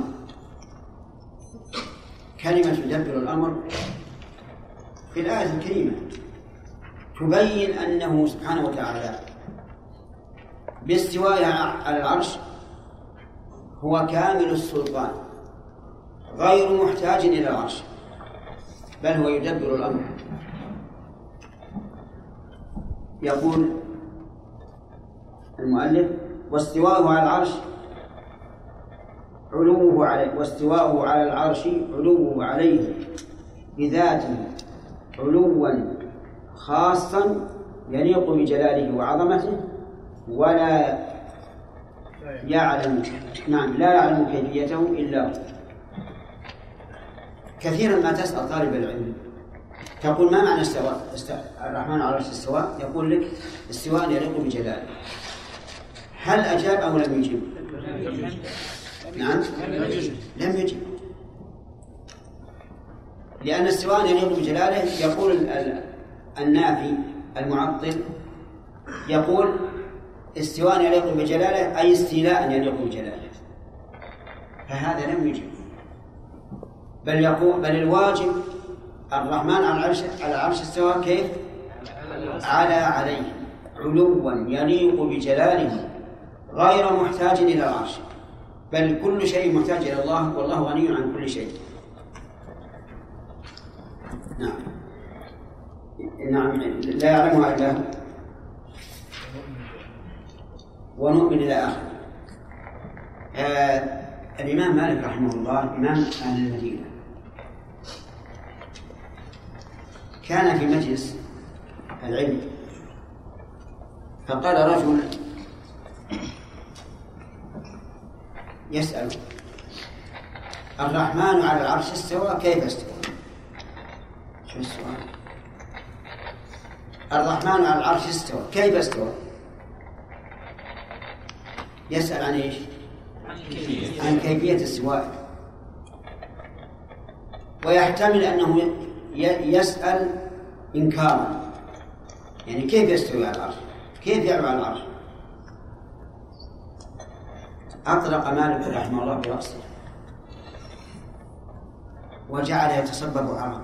كلمة يدبر الأمر في الآية الكريمة تبين أنه سبحانه وتعالى باستوائه على العرش هو كامل السلطان غير محتاج إلى العرش، بل هو يدبر الأمر. يقول المؤلف: واستواءه على العرش علوه عليه، واستواءه على العرش علوه عليه بذاته علوا خاصا يليق بجلاله وعظمته، ولا يعلم نعم لا يعلم كيفيته إلا هو. كثيرا ما تسأل طالب العلم تقول: ما معنى استواء الرحمن على العرش استواء؟ يقول لك: استواء يليق بجلاله. هل أجاب أو لم يجب؟ نعم لم يجب، لأن استواء يليق بجلاله يقول النافي المعطل يقول استواء يليق بجلاله أي استيلاء يليق بجلاله، فهذا لم يجب، بل يقول بل الواجب الرحمن على العرش على العرش استوى كيف؟ على عليه علوا يليق بجلاله غير محتاج إلى العرش، بل كل شيء محتاج إلى الله، والله غني عن كل شيء. نعم نعم لا يعلمها إلا هو، ونؤمن إلى آخر. آه الإمام مالك رحمه الله إمام أهل المدينة كان في مجلس العلم، فقال رجل يسأل: الرحمن على العرش استوى كيف استوى؟ شو السؤال؟ الرحمن على العرش استوى كيف استوى؟ يسأل عن ايش؟ عن كيفية الاستواء، ويحتمل أنه يسأل إنكارا، يعني كيف يستوي على العرش؟ كيف يعلو على العرش؟ أطلق مالك رحمه الله برأسه وجعل يتصبب عرقا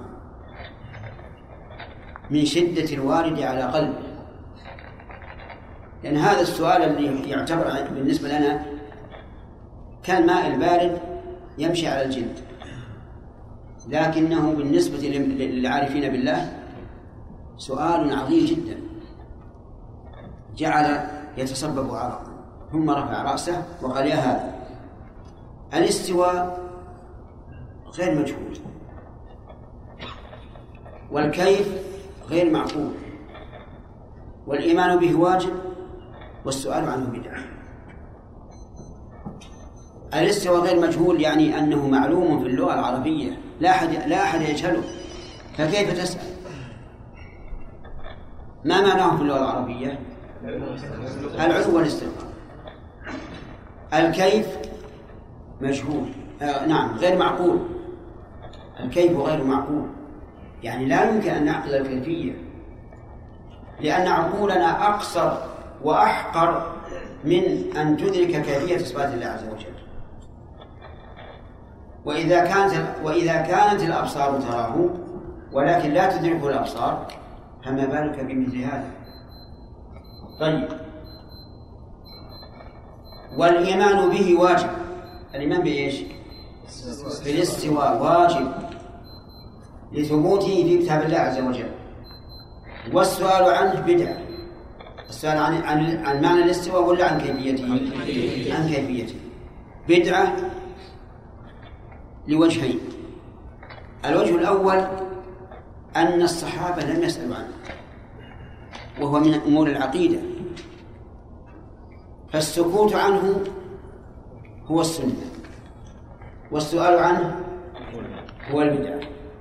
من شدة الوارد على قلبه، لأن هذا السؤال اللي يعتبر بالنسبة لنا كالماء البارد يمشي على الجلد، لكنه بالنسبة للعارفين بالله سؤال عظيم جدا، جعل يتصبب عرقا ثم رفع رأسه وقال يا هذا. الاستواء غير مجهول، والكيف غير معقول، والإيمان به واجب، والسؤال عنه بدعة. الاستواء غير مجهول يعني أنه معلوم في اللغة العربية، لا أحد لا أحد يجهله، فكيف تسأل؟ ما معناه في اللغة العربية؟ العلو والاستقرار. الكيف مجهول، آه نعم غير معقول، الكيف غير معقول، يعني لا يمكن أن نعقل الكيفية، لأن عقولنا أقصر وأحقر من أن تدرك كيفية إثبات الله عز وجل. وإذا كانت وإذا كانت الأبصار تراه ولكن لا تدركه الأبصار، فما بالك بمثل هذا؟ طيب، والإيمان به واجب. الإيمان بإيش؟ بالاستواء واجب لثبوته في كتاب الله عز وجل، والسؤال عنه بدعة. السؤال عن عن عن معنى الاستواء ولا عن كيفيته؟ عن كيفيته بدعة لوجهين. الوجه الأول أن الصحابة لم يسألوا عنه، وهو من أمور العقيدة، فالسكوت عنه هو السنة، والسؤال عنه هو البدعة.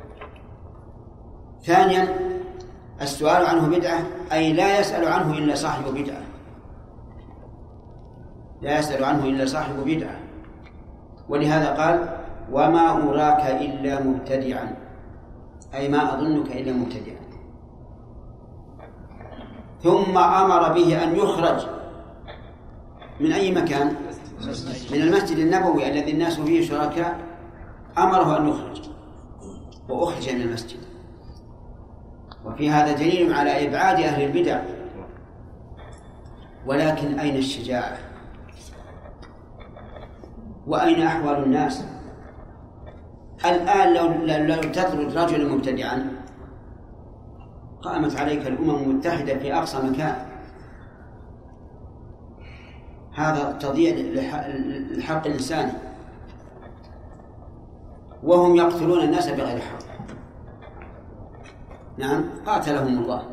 ثانيا السؤال عنه بدعة، أي لا يسأل عنه إلا صاحب بدعة، لا يسأل عنه إلا صاحب بدعة. ولهذا قال وما أراك إلا مبتدعا، أي ما أظنك إلا مبتدعا. ثم أمر به أن يخرج من أي مكان؟ من المسجد النبوي الذي الناس فيه شركاء، أمره أن يخرج، وأخرج من المسجد. وفي هذا دليل على إبعاد أهل البدع. ولكن أين الشجاعة؟ وأين أحوال الناس؟ الآن لو, لو تطرد رجلا مبتدعا قامت عليك الأمم المتحدة في أقصى مكان. هذا تضييع لحق الإنسان، وهم يقتلون الناس بغير حق. نعم قاتلهم الله.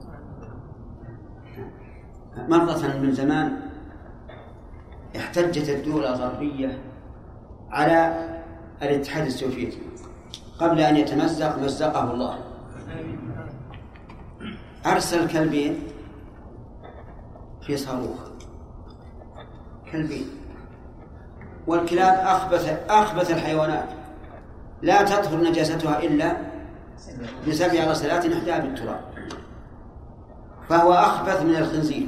مرة من زمان احتجت الدول الغربية على الاتحاد السوفيتي قبل أن يتمزق مزقه الله. أرسل كلبين في صاروخ، كلبين، والكلاب أخبث أخبث الحيوانات، لا تطهر نجاستها إلا بسبع غسلات إحداها بالتراب، فهو أخبث من الخنزير.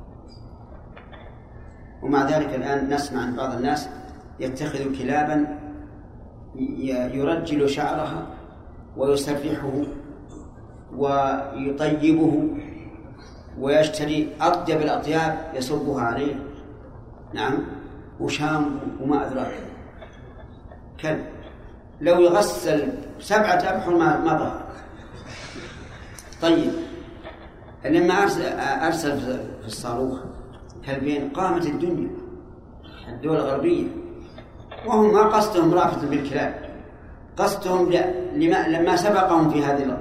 ومع ذلك الآن نسمع عن بعض الناس يتخذ كلابا يرجل شعرها ويسرحه ويطيبه ويشتري أطيب الأطياب يصبها عليه، نعم، وشام وما أدراك. كلب لو يغسل سبعة أبحر ما ما ظهر. طيب لما أرسل, أرسل في الصاروخ كلبين قامت الدنيا الدول الغربية، وهم ما قصدهم رافة بالكلاب، قصدهم لما لما سبقهم في هذا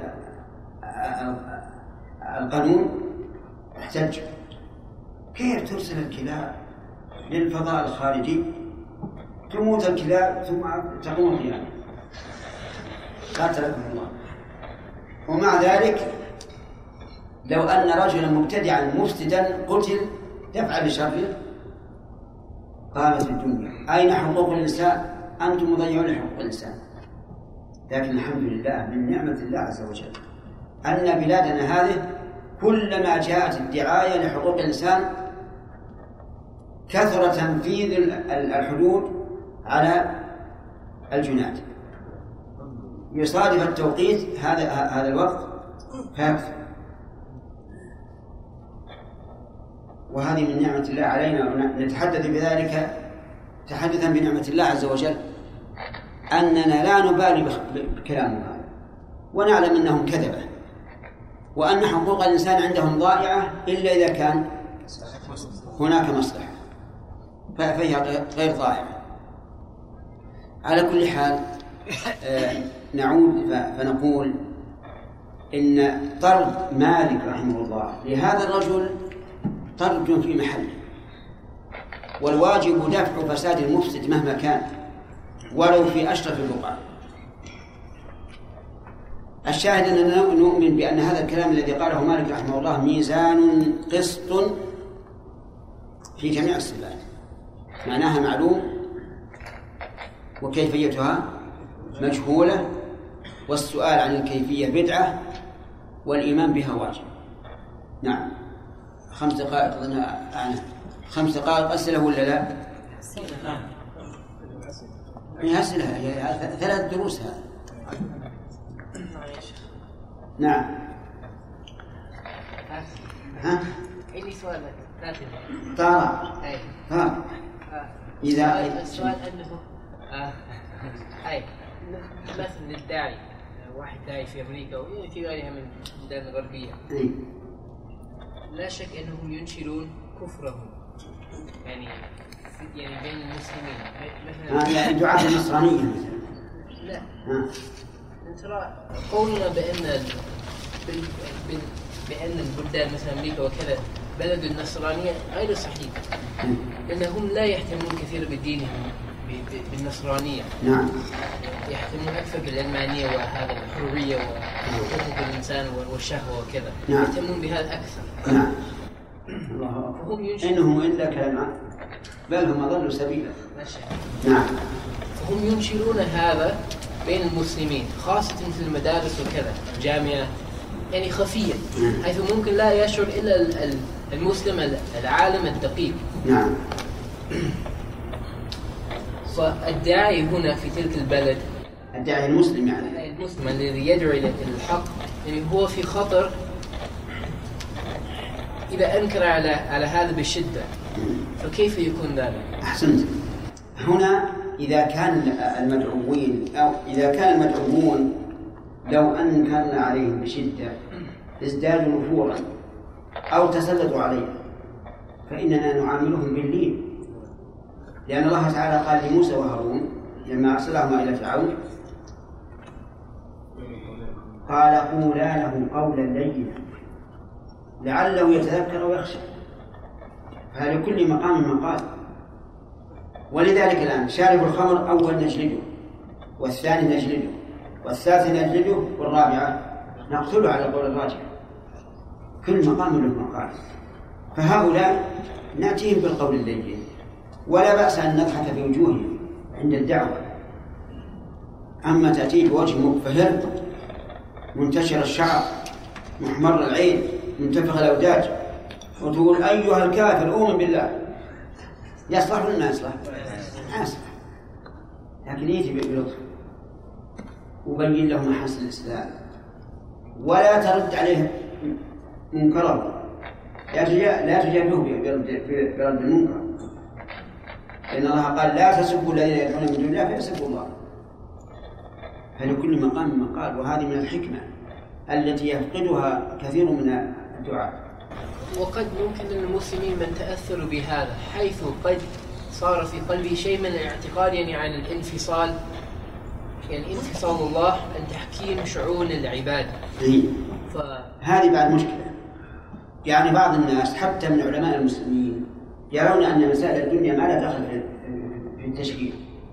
القانون احتجوا. كيف ترسل الكلاب للفضاء الخارجي؟ تموت الكلاب ثم تقوم القيامة، قاتلكم الله. ومع ذلك لو أن رجلا مبتدعا مفسدا قتل دفعا لشره قامت الدنيا. أين حقوق الإنسان؟ أنتم مضيعون حقوق الإنسان. لكن الحمد لله من نعمة الله عز وجل أن بلادنا هذه كلما جاءت الدعاية لحقوق الإنسان كثر تنفيذ الحدود على الجنات، يصادف التوقيت هذا هذا الوقت فيكثر. وهذه من نعمة الله علينا، ونتحدث بذلك تحدثا بنعمة الله عز وجل أننا لا نبالي بكلامه هذا، ونعلم أنهم كذبة، وأن حقوق الإنسان عندهم ضائعة إلا إذا كان هناك مصلحة فهي غير ظاهرة. على كل حال نعود فنقول إن طرد مالك رحمه الله لهذا الرجل طرد في محله، والواجب دفع فساد المفسد مهما كان ولو في أشرف البقعة. الشاهد أننا نؤمن بأن هذا الكلام الذي قاله مالك رحمه الله ميزان قسط في جميع الصفات، معناها معلوم وكيفيتها مجهولة، والسؤال عن الكيفية بدعة والإيمان بها واجب. نعم. خمس دقائق أظنها أعنى خمس دقائق أسئلة ولا لا؟ هي أسئلة، هي ثلاث دروس هذا. نعم. ها؟ عندي سؤال ثلاثة. طارق. أي. ها. إذا السؤال أنه آه. أي مثل الداعي، واحد داعي في أمريكا وفي غيرها من البلدان الغربية، أي. لا شك أنهم ينشرون كفرهم يعني يعني بين المسلمين مثلا يعني دعاة النصرانية مثلا. لا ها. ترى قولنا بأن بأن البلدان مثل أمريكا وكذا بلد النصرانية غير صحيح، لأنهم لا يهتمون كثير بدينهم بالنصرانية. نعم. يهتمون أكثر بالعلمانية وهذا الحرية وحقوق الإنسان والشهوة وكذا. نعم. يهتمون بهذا أكثر. نعم. الله أكبر. إنهم إلا كلام بل هم أضلوا سبيلا. نعم. فهم ينشرون هذا بين المسلمين خاصة في المدارس وكذا جامعة، يعني خفيا حيث ممكن لا يشعر إلا المسلم العالم الدقيق. نعم. فالداعي هنا في تلك البلد، الداعي المسلم يعني المسلم الذي يدعو إلى الحق، يعني هو في خطر إذا أنكر على على هذا بشدة، فكيف يكون ذلك؟ أحسنت. هنا إذا كان المدعوين أو إذا كان المدعوون لو أنكرنا عليهم بشدة ازدادوا نفورا أو تسلطوا عليه، فإننا نعاملهم باللين، لأن الله تعالى قال لموسى وهارون لما أرسلهما إلى فرعون قال قولا له قولا لينا لعله يتذكر ويخشى، فلكل مقام مقال. ولذلك الآن شارب الخمر أول نجلده، والثاني نجلده، والثالث نجلده، والرابعة نقتله على قول الراجح. كل مقام له مقال. فهؤلاء نأتيهم بالقول اللين، ولا بأس أن نضحك في وجوههم عند الدعوة. أما تأتيه بوجه مقفهر منتشر الشعر محمر العين منتفخ الأوداج وتقول أيها الكافر أؤمن بالله، يصلح ولا ما يصلح؟ يصلح. لكن يجي بلطف وبين له محاسن الإسلام ولا ترد عليه منكره، لا تجابه برد المنكر، لأن الله قال لا تسبوا الذين يدعون من دون الله فيسبوا الله. فلكل مقام مقال، وهذه من الحكمة التي يفقدها كثير من الدعاء. وقد ممكن للمسلمين من تأثروا بهذا حيث قد صار في قلبه شيء من الاعتقاد يعني عن الانفصال، يعني انفصال الله عن تحكيم شؤون العباد. ف... هذه بعد مشكلة. يعني بعض الناس حتى من علماء المسلمين يرون أن مسائل الدنيا ما لها دخل في التشكيل،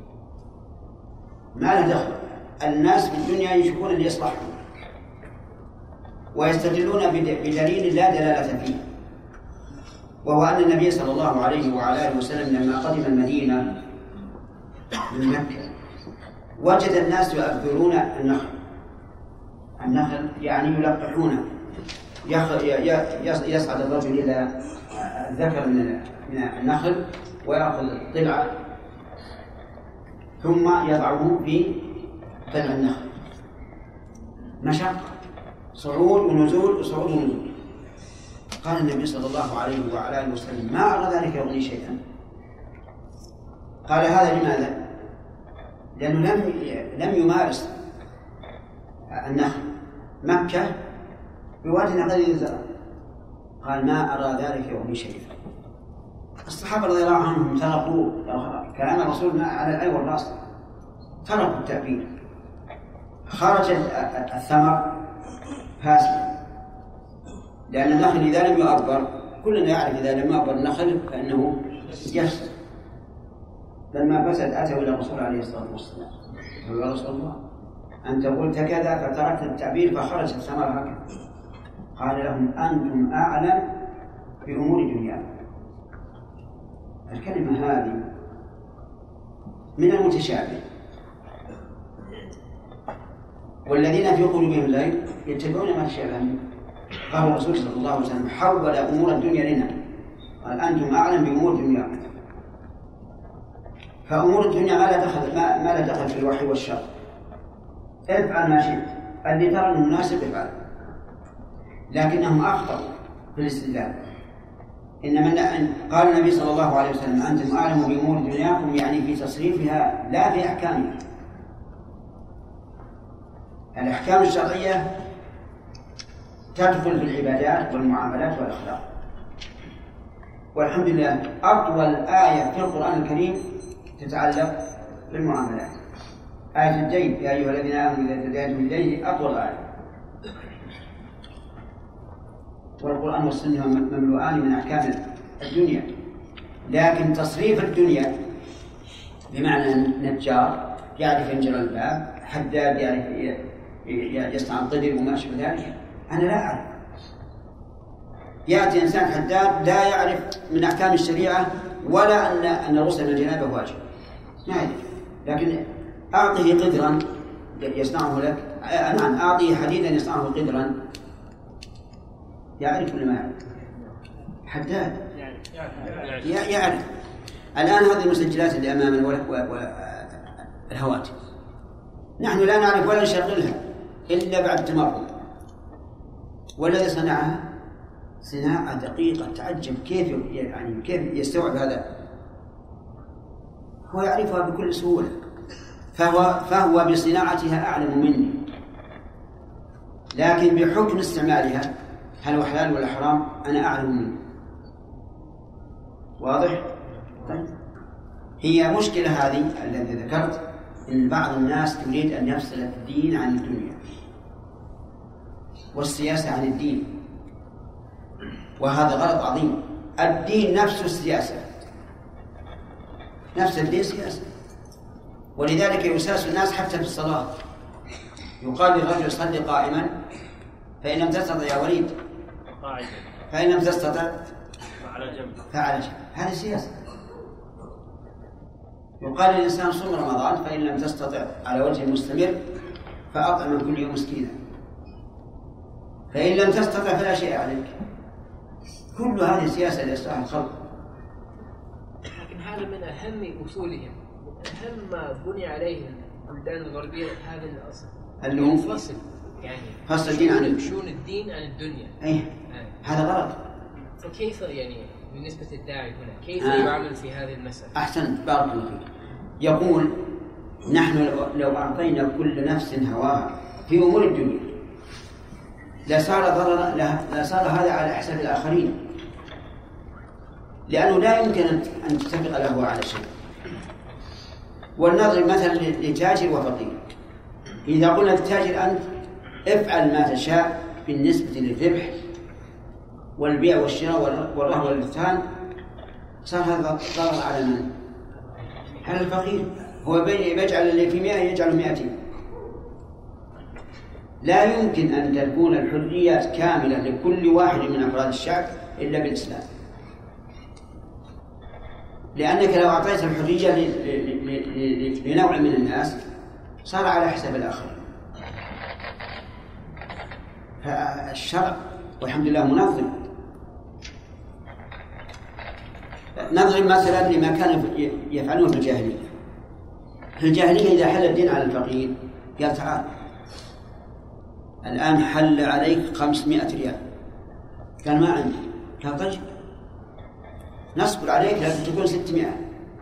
ما لها دخل. الناس في الدنيا يشوفون اللي يصلحهم ويستدلون بدليل لا دلالة فيه، وهو أن النبي صلى الله عليه وعلى آله وسلم لما قدم المدينة من مكة وجد الناس يؤثرون النخل النخل يعني يلقحونه. يصعد الرجل إلى الذكر من النخل ويأخذ الضلع ثم يضعه في ضلع النخل، مشقة، صعود ونزول وصعود ونزول. قال النبي صلى الله عليه وعلى آله وسلم ما أرى ذلك يغني شيئا. قال هذا لماذا؟ لأنه لم لم يمارس النخل. مكة بوادي غير زرع. قال ما أرى ذلك يغني شيئا. الصحابة رضي الله عنهم تركوا كلام الرسول على العين والرأس، تركوا التعبير. خرج الثمر فاسدا، لأن النخل إذا لم يؤبر، كلنا يعرف إذا لم يؤبر النخل فإنه يفسد. لما فسد أتوا إلى الرسول عليه الصلاة والسلام: يا رسول الله أنت قلت كذا فتركت التعبير فخرج الثمر هكذا. قال لهم: أنتم أعلم بأمور دنياكم. الكلمة هذه من المتشابه، والذين في قلوبهم زيغ يتبعون ما تشابه منه. قال الرسول صلى الله عليه وسلم: حول أمور الدنيا لنا، قال: أنتم أعلم بأمور دنياكم. فأمور الدنيا ما لا دخل ما, ما لا دخل في الوحي والشر. افعل ما شئت، اللي ترى انه مناسب افعل. لكنهم أخطأوا في الاستدلال. إنما قال النبي صلى الله عليه وسلم: أنتم أعلم بأمور دنياكم، يعني في تصريفها لا في أحكامها. الأحكام الشرعية تدخل في العبادات والمعاملات والأخلاق. والحمد لله أطول آية في القرآن الكريم تتعلق بالمعاملات، آية الدين: يا أيها الذين آمنوا إذا تداينتم بالدين، أطول آية. والقرآن والسنة مملوءان من أحكام الدنيا، لكن تصريف الدنيا بمعنى نجار يعرف ينجر الباب، حداد يعرف يصنع القدر وما أشبه ذلك، أنا لا أعرف. يأتي إنسان حداد لا يعرف من أحكام الشريعة ولا أن أن غسل الجنابة واجب، ما يعرف. لكن أعطيه قدرا يصنعه لك، نعم أعطيه حديدا يصنعه قدرا، يعرف ولا ما يعرف؟ حداد يعرف. الآن هذه المسجلات اللي أمامنا والهواتف نحن لا نعرف ولا نشغلها إلا بعد تمرن. والذي صنعها صناعة دقيقة تعجب كيف يعني كيف يستوعب هذا. هو يعرفها بكل سهولة، فهو فهو بصناعتها أعلم مني، لكن بحكم استعمالها هل هو حلال ولا حرام أنا أعلم منه. واضح؟ طيب. هي مشكلة هذه التي ذكرت، إن بعض الناس تريد أن يفصل الدين عن الدنيا والسياسة عن الدين، وهذا غلط عظيم. الدين نفسه السياسة، نفس الدين سياسة. ولذلك يساس الناس حتى في الصلاة، يقال للرجل: صلي قائما فإن لم تستطع يا وليد، فإن لم تستطع فعلى جنب. هذه سياسة. يقال للإنسان: صم رمضان فإن لم تستطع على وجه مستمر فأطعم من كل يوم مسكينا، فإن لم تستطع فلا شيء عليك. كل هذه سياسة لإصلاح الخلق. لكن هذا من أهم أصولهم، من أهم ما بني عليه البلدان الغربية، هذا الأصل اللي هو فصل، يعني فصل الدين عن شؤون الدين عن الدنيا. أيه. هذا غلط. فكيف يعني بالنسبة للداعي هنا كيف آه. يعمل في هذه المسألة؟ أحسنت، بارك الله فيك. يقول: نحن لو أعطينا كل نفس هواها في أمور الدنيا لصار ضرر لها، لصار هذا على حساب الآخرين، لأنه لا يمكن أن تتفق له على شيء. ولنضرب مثلا لتاجر وفقير. إذا قلنا للتاجر: أنت افعل ما تشاء بالنسبة للربح والبيع والشراء والرهن والإفتان، صار هذا ضرر على من؟ على الفقير. هو بيجعل اللي في مئة يجعل مئتين. لا يمكن أن تكون الحريات كاملة لكل واحد من أفراد الشعب إلا بالإسلام، لأنك لو أعطيت الحرية لنوع من الناس صار على حساب الآخرين. فالشرع والحمد لله منظم. نضرب مثلا لما كان يفعلون في الجاهلية. في الجاهلية إذا حل الدين على الفقير قال: تعال الآن حل عليك خمسمائة ريال. قال: ما عندي. قال: طيب نصبر عليك لازم تكون ستمائة.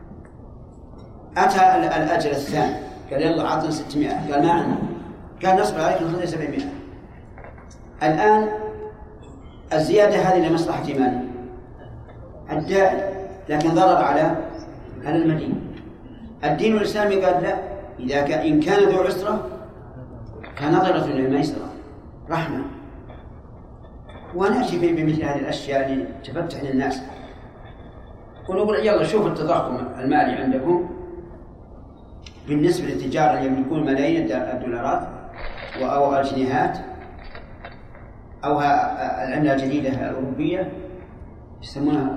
أتى الأجل الثاني قال: يلا عطنا ستمائة. قال: ما عندي. قال: نصبر عليك نخلي سبعمائة. الآن الزيادة هذه لمصلحة من؟ الداعي، لكن ضرر على على المدين. الدين الإسلامي قال لا، إذا كان إن كان ذو عسرة فنظرة للميسرة رحمة. ونأتي بمثل هذه الأشياء اللي تفتح للناس ونقول يلا شوف التضخم المالي عندكم بالنسبة للتجار اللي يملكون ملايين الدولارات أو الجنيهات أو العملة الجديدة الأوروبية يسمونها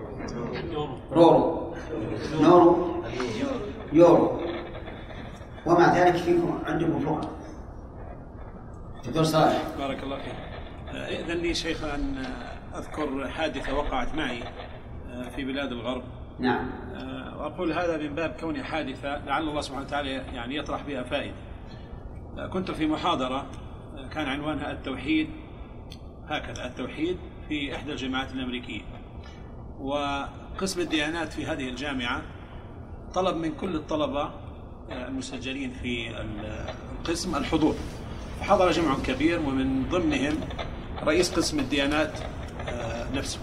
رورو نورو يورو، ومع ذلك فيكم عندكم فقراء. دكتور صالح بارك الله فيك. إذن لي شيخ أن أذكر حادثة وقعت معي في بلاد الغرب. نعم. وأقول هذا من باب كونها حادثة لعل الله سبحانه وتعالى يعني يطرح بها فائدة. كنت في محاضرة كان عنوانها التوحيد، هكذا التوحيد في إحدى الجامعات الأمريكية، وقسم الديانات في هذه الجامعة طلب من كل الطلبة المسجلين في القسم الحضور، فحضر جمع كبير ومن ضمنهم رئيس قسم الديانات نفسه.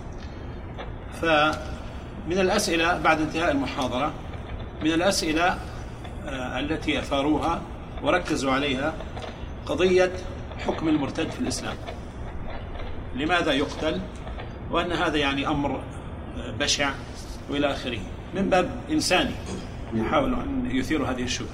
فمن الأسئلة بعد انتهاء المحاضرة، من الأسئلة التي أثاروها وركزوا عليها قضية حكم المرتد في الإسلام، لماذا يقتل، وأن هذا يعني أمر بشع وإلى آخره، من باب إنساني يحاولوا أن يثيروا هذه الشبهة.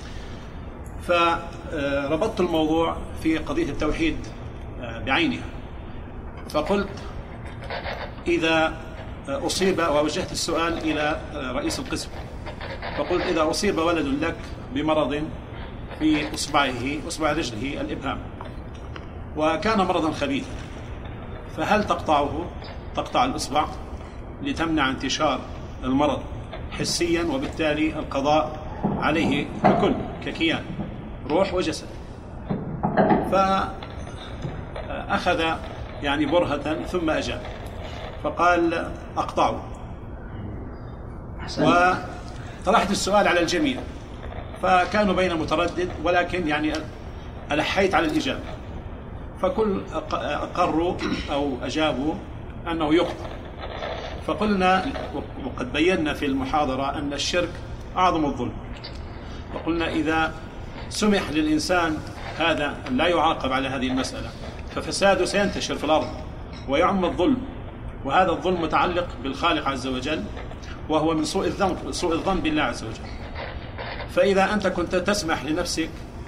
فربطت الموضوع في قضية التوحيد بعينها، فقلت إذا أصيب، ووجهت السؤال إلى رئيس القسم، فقلت إذا أصيب ولد لك بمرض في إصبعه، إصبع رجله الإبهام، وكان مرضا خبيثا، فهل تقطعه، تقطع الإصبع لتمنع انتشار المرض حسيا، وبالتالي القضاء عليه ككل ككيان روح وجسد؟ فأخذ يعني برهة ثم أجاب فقال أقطعه. وطرحت السؤال على الجميع فكانوا بين متردد، ولكن يعني ألحيت على الإجابة، فكل أقروا أو أجابوا أنه يقطع. فقلنا وقد بينا في المحاضرة أن الشرك أعظم الظلم، وقلنا إذا سمح للإنسان هذا لا يعاقب على هذه المسألة ففساده سينتشر في الأرض ويعم الظلم، وهذا الظلم متعلق بالخالق عز وجل، وهو من سوء الظن سوء الظن بالله عز وجل. فإذا أنت كنت تسمح لنفسك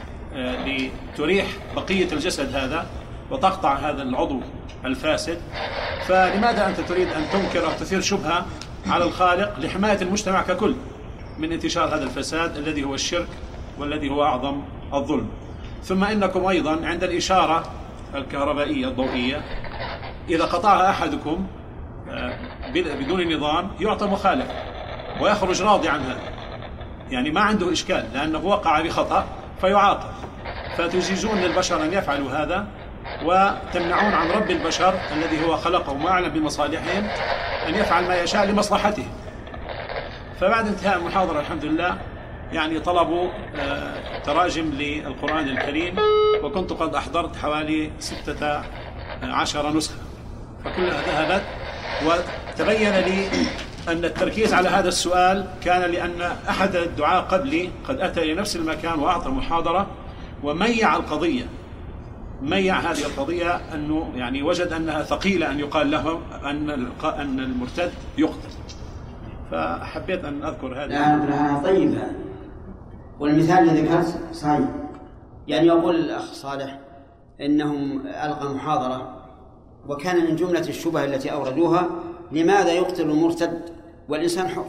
لتريح بقية الجسد هذا وتقطع هذا العضو الفاسد، فلماذا أنت تريد أن تنكر أو تثير شبهة على الخالق لحماية المجتمع ككل من انتشار هذا الفساد الذي هو الشرك والذي هو أعظم الظلم؟ ثم إنكم أيضا عند الإشارة الكهربائية الضوئية إذا قطعها أحدكم بدون نظام يعطى مخالف ويخرج راضي عن هذا، يعني ما عنده إشكال لأنه وقع بخطأ فيعاقب. فتجيزون للبشر أن يفعلوا هذا وتمنعون عن رب البشر الذي هو خلقهم وأعلم بمصالحهم أن يفعل ما يشاء لمصلحتهم. فبعد انتهاء المحاضرة الحمد لله يعني طلبوا تراجم للقرآن الكريم، وكنت قد أحضرت حوالي ستة عشر نسخة، فكلها ذهبت. وتبين لي أن التركيز على هذا السؤال كان لأن أحد الدعاة قبلي قد أتى إلى نفس المكان وأعطى محاضرة وميع القضية، ميع هذه القضية أنه يعني وجد أنها ثقيلة أن يقال له أن أن المرتد يقتل. فحبيت أن أذكر هذا. لا طيب هذا، والمثال الذي ذكرت صحيح. يعني يقول الأخ صالح إنهم ألقى محاضرة وكان من جملة الشبهة التي أوردوها لماذا يقتل المرتد والإنسان حر؟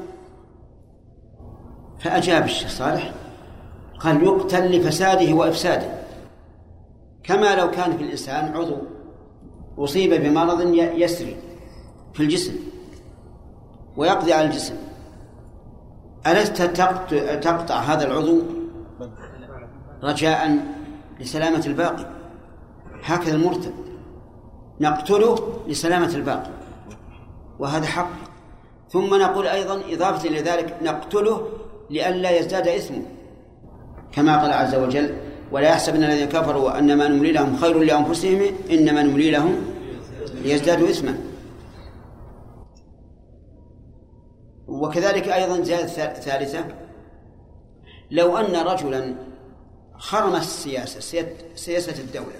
فأجاب الشيخ صالح قال يقتل لفساده وإفساده، كما لو كان في الإنسان عضو أصيب بمرض يسري في الجسم ويقضي على الجسم، ألست تقطع هذا العضو رجاء لسلامة الباقي؟ هكذا المرتد نقتله لسلامة الباقي، وهذا حق. ثم نقول أيضا إضافة إلى ذلك نقتله لئلا يزداد إثمه، كما قال عز وجل ولا يحسبن الذين كفروا أنما نملي لهم خير لأنفسهم إنما نملي لهم ليزدادوا إثما. وكذلك أيضا زيادة ثالثة، لو أن رجلا خرم السياسة سياسة الدولة،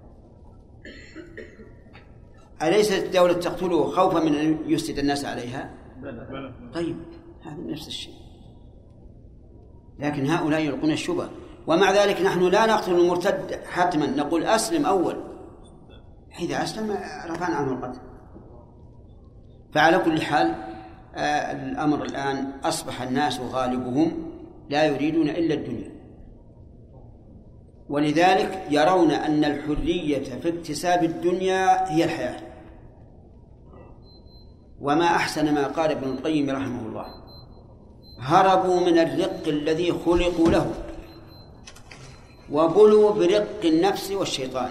أليست الدولة تقتله خوفا من أن يفسد الناس عليها؟ طيب هذا نفس الشيء. لكن هؤلاء يلقون الشبهة، ومع ذلك نحن لا نقتل المرتد حتما، نقول أسلم أول، إذا أسلم رفعنا عنه القتل. فعلى كل حال آه الأمر الآن أصبح الناس غالبهم لا يريدون إلا الدنيا، ولذلك يرون أن الحرية في اكتساب الدنيا هي الحياة. وما أحسن ما قال ابن القيم رحمه الله: هربوا من الرق الذي خلقوا له وبلوا برق النفس والشيطان.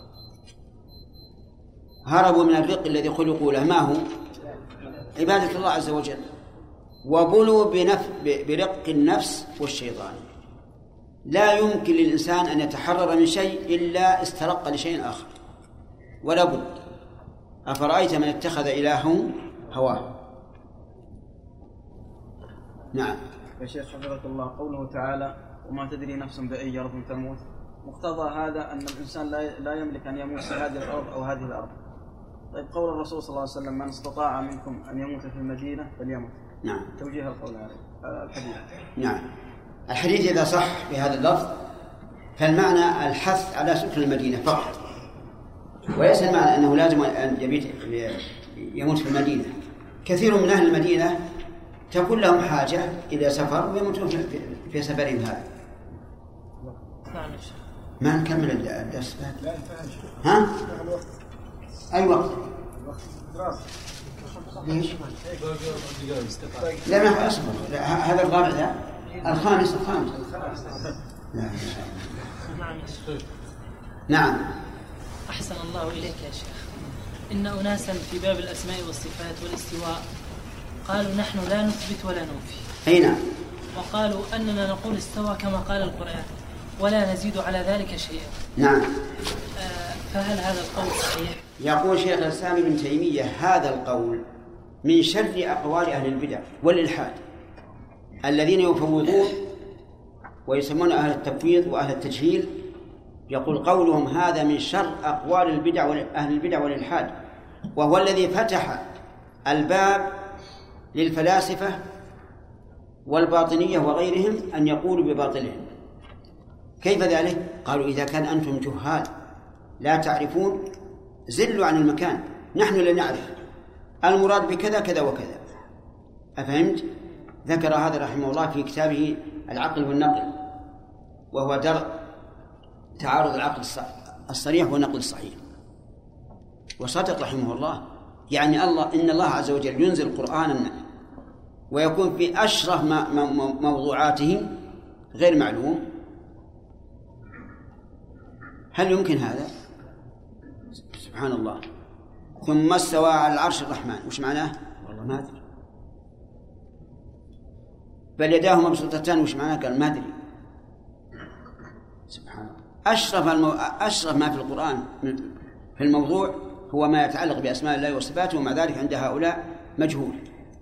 هربوا من الرق الذي خلقوا له، ما هو؟ عبادة الله عز وجل، وبلوا بنف... برق النفس والشيطان. لا يمكن للإنسان أن يتحرر من شيء إلا استرق لشيء آخر، ولا بد. أفرأيت من اتخذ إلهه هواه. نعم. يا شيخ حفظك الله، قوله تعالى: وما تدري نفس بأي أرض تموت، مقتضى هذا أن الإنسان لا لا يملك أن يموت في هذه الأرض أو هذه الأرض. طيب قول الرسول صلى الله عليه وسلم: من استطاع منكم أن يموت في المدينة فليمت. نعم. توجيه القول عليه الحديث. نعم. الحديث إذا صح بهذا اللفظ فالمعنى الحث على سكن المدينة فقط، وليس المعنى أنه لازم أن يبيت يموت في المدينة. كثير من أهل المدينة تكون لهم حاجة إلى سفر ويموتون في سفرهم هذا. ما نكمل الدرس بعد؟ ها؟ أي وقت؟ ليش؟ لا ما هو أصبر، هذا الرابع ذا الخامس الخامس لا. نعم. أحسن الله إليك يا شيخ. إن أناسا في باب الأسماء والصفات والاستواء قالوا نحن لا نثبت ولا ننفي. أي نعم. وقالوا أننا نقول استوى كما قال القرآن ولا نزيد على ذلك شيئا. نعم. آه فهل هذا القول صحيح؟ يقول شيخ الإسلام ابن تيمية: هذا القول من شر أقوال أهل البدع والإلحاد الذين يفوضون ويسمون أهل التفويض وأهل التجهيل. يقول قولهم هذا من شر أقوال البدع وأهل البدع والإلحاد، وهو الذي فتح الباب للفلاسفة والباطنية وغيرهم أن يقولوا بباطلهم. كيف ذلك؟ قالوا: إذا كان أنتم جهال لا تعرفون زلوا عن المكان، نحن لا نعرف المراد بكذا كذا وكذا. أفهمت؟ ذكر هذا رحمه الله في كتابه العقل والنقل، وهو درء تعارض العقل الصريح والنقل الصحيح. وصدق رحمه الله، يعني الله إن الله عز وجل ينزل قرآنا ويكون في أشرف موضوعاته غير معلوم. هل يمكن هذا؟ سبحان الله. ثم استوى على العرش الرحمن، وش معناه؟ والله ما أدري. بل يداه مبسوطتان، وش معناه؟ قال ما أدري. سبحان الله. أشرف, المو... أشرف ما في القرآن في الموضوع هو ما يتعلق بأسماء الله وصفاته، ومع ذلك عند هؤلاء مجهول.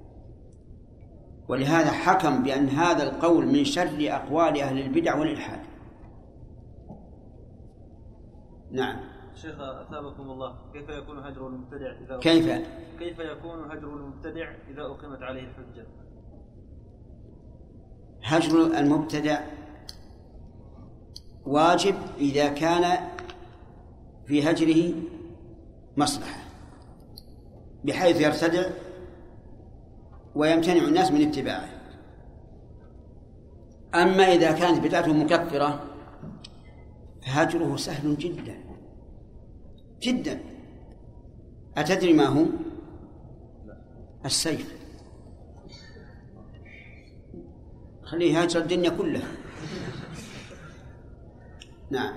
ولهذا حكم بأن هذا القول من شر أقوال أهل البدع والإلحاد. نعم. شيخ أثابكم الله، كيف يكون هجر المبتدع إذا كيف كيف يكون هجر المبتدع إذا أقيمت عليه الحجة؟ هجر المبتدع واجب إذا كان في هجره مصلحة بحيث يرتدع ويمتنع الناس من اتباعه. أما إذا كانت بدعته مكفرة فهجره سهل جدا جدا. أتدري ما هو؟ السيف. خليه هاجر الدنيا كلها. نعم.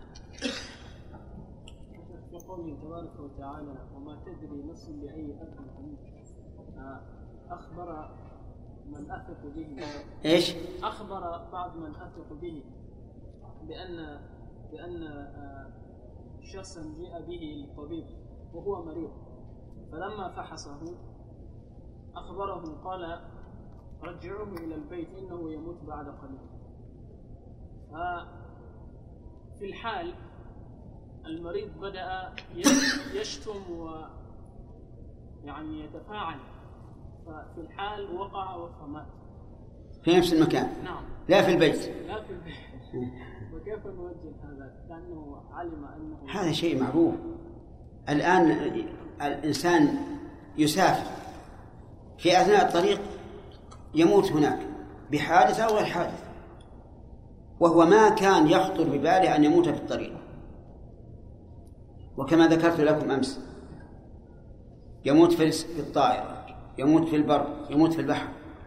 قوله تبارك وتعالى: وما تدري نفس بأي أرض تموت، أخبر من أثق به. إيش؟ أخبر بعض من أثق به بأن بأن شخصا جاء به للطبيب وهو مريض، فلما فحصه أخبرهم قال رجعوه إلى البيت إنه يموت بعد قليل. ففي الحال المريض بدأ يشتم ويعني يتفاعل، ففي الحال وقع فمات في نفس المكان. نعم. لا في البيت. لا في البيت. وكيف نوجه هذا؟ لأنه علم أنه هذا شيء معروف. الآن الإنسان يسافر في أثناء الطريق يموت هناك بحادث أو غير حادث، وهو ما كان يخطر بباله أن يموت في الطريق. وكما ذكرت لكم أمس يموت في الطائرة، يموت في البر، يموت في البحر.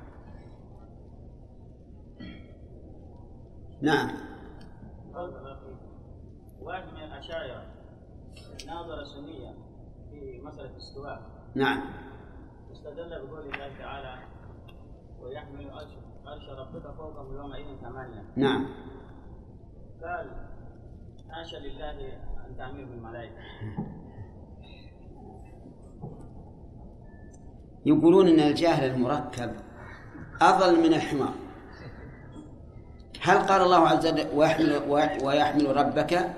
نعم. واحد من الأشاعرة ناظر سنية في مسألة الاستواء. نعم. استدل بقول الله تعالى: ويحمل عرش ربك فوقهم يومئذ ثمانية. نعم. قال: حاشا لله أن تعمل بالملائكة. يقولون إن الجاهل المركب أضل من الحمار. هل قال الله عز وجل ويحمل, ويحمل ربك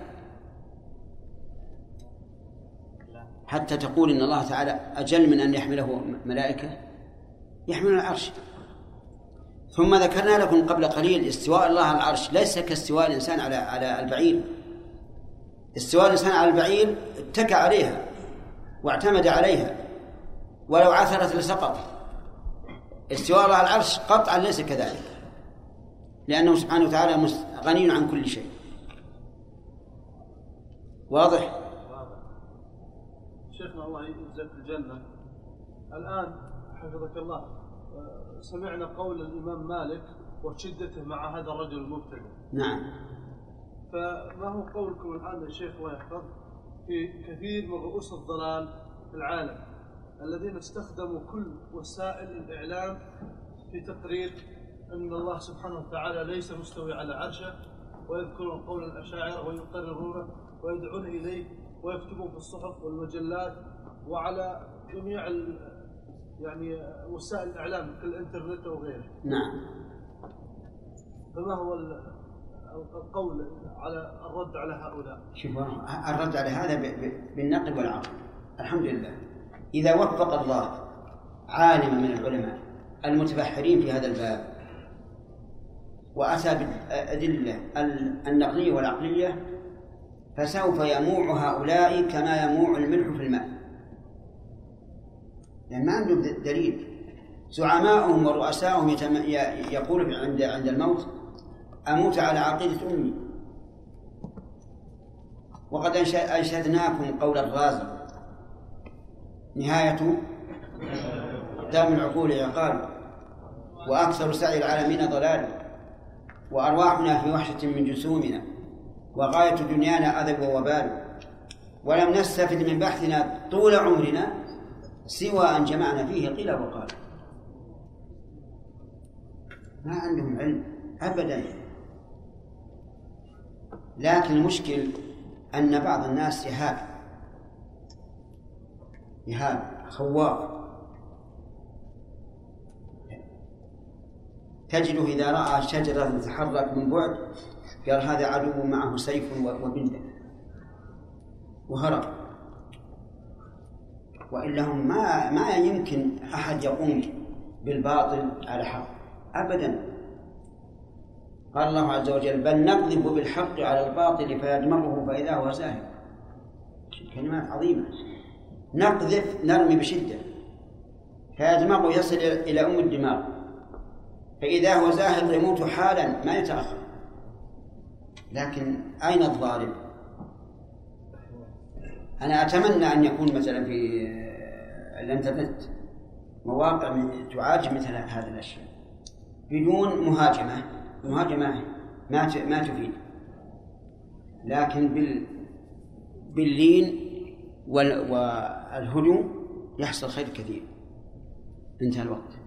حتى تقول إن الله تعالى أجل من أن يحمله ملائكة؟ يحمل العرش. ثم ذكرنا لكم قبل قليل استواء الله على العرش ليس كاستواء الإنسان على على البعير. استواء الإنسان على البعير اتكى عليها واعتمد عليها، ولو عثرت لسقط. استواء الله على العرش قطعا ليس كذلك، لأنه سبحانه وتعالى غني عن كل شيء. واضح؟ شيخنا الله يجزاك الجنة. الآن حفظك الله سمعنا قول الإمام مالك وشدته مع هذا الرجل المبتدع. نعم. فما هو قولكم الآن يا شيخ الله يحفظ في كثير من رؤوس الضلال في العالم الذين استخدموا كل وسائل الإعلام في تقرير أن الله سبحانه وتعالى ليس مستوي على عرشه، ويذكرون قول الأشاعرة ويقررونه ويدعون إليه ويكتبون في الصحف والمجلات وعلى جميع يعني وسائل الإعلام كالإنترنت وغيره. نعم. فما هو القول على الرد على هؤلاء؟ شوف، الرد على هذا بالنقل والعقل. الحمد لله إذا وفق الله عالما من العلماء المتبحرين في هذا الباب وأتى بالأدلة النقلية والعقلية فسوف يموع هؤلاء كما يموع الملح في الماء، لأن ما عندهم دليل. زعماؤهم ورؤساؤهم يقول عند عند الموت: أموت على عقيدة أمي. وقد أنشدناكم قول الرازي: نهاية دام العقول عقال، وأكثر سعي العالمين ضلال، وأرواحنا في وحشة من جسومنا، وغاية دنيانا أذب ووبال، ولم نستفد من بحثنا طول عمرنا سوى أن جمعنا فيه قيل وقال. ما عندهم علم أبدا. لكن المشكل أن بعض الناس يهاب يهاب خواف، تجده إذا رأى شجرة تتحرك من بعد قال هذا عدو معه سيف وبندة وهرب. وإلا هم ما ما يمكن أحد يقوم بالباطل على حق أبدا. قال الله عز وجل: بل نقذف بالحق على الباطل فيدمغه فإذا هو زاهق. كلمات عظيمة. نقذف نرمي بشدة فيدمغه يصل إلى أم الدماغ، فإذا هو زاهق يموت حالا ما يتأخر. لكن أين الظالم؟ أنا أتمنى أن يكون مثلا في الإنترنت مواقع تعالج مثل هذه الأشياء بدون مهاجمة. مهاجمة ما ما تفيد، لكن بال باللين والهدوء يحصل خير كثير. انتهى الوقت.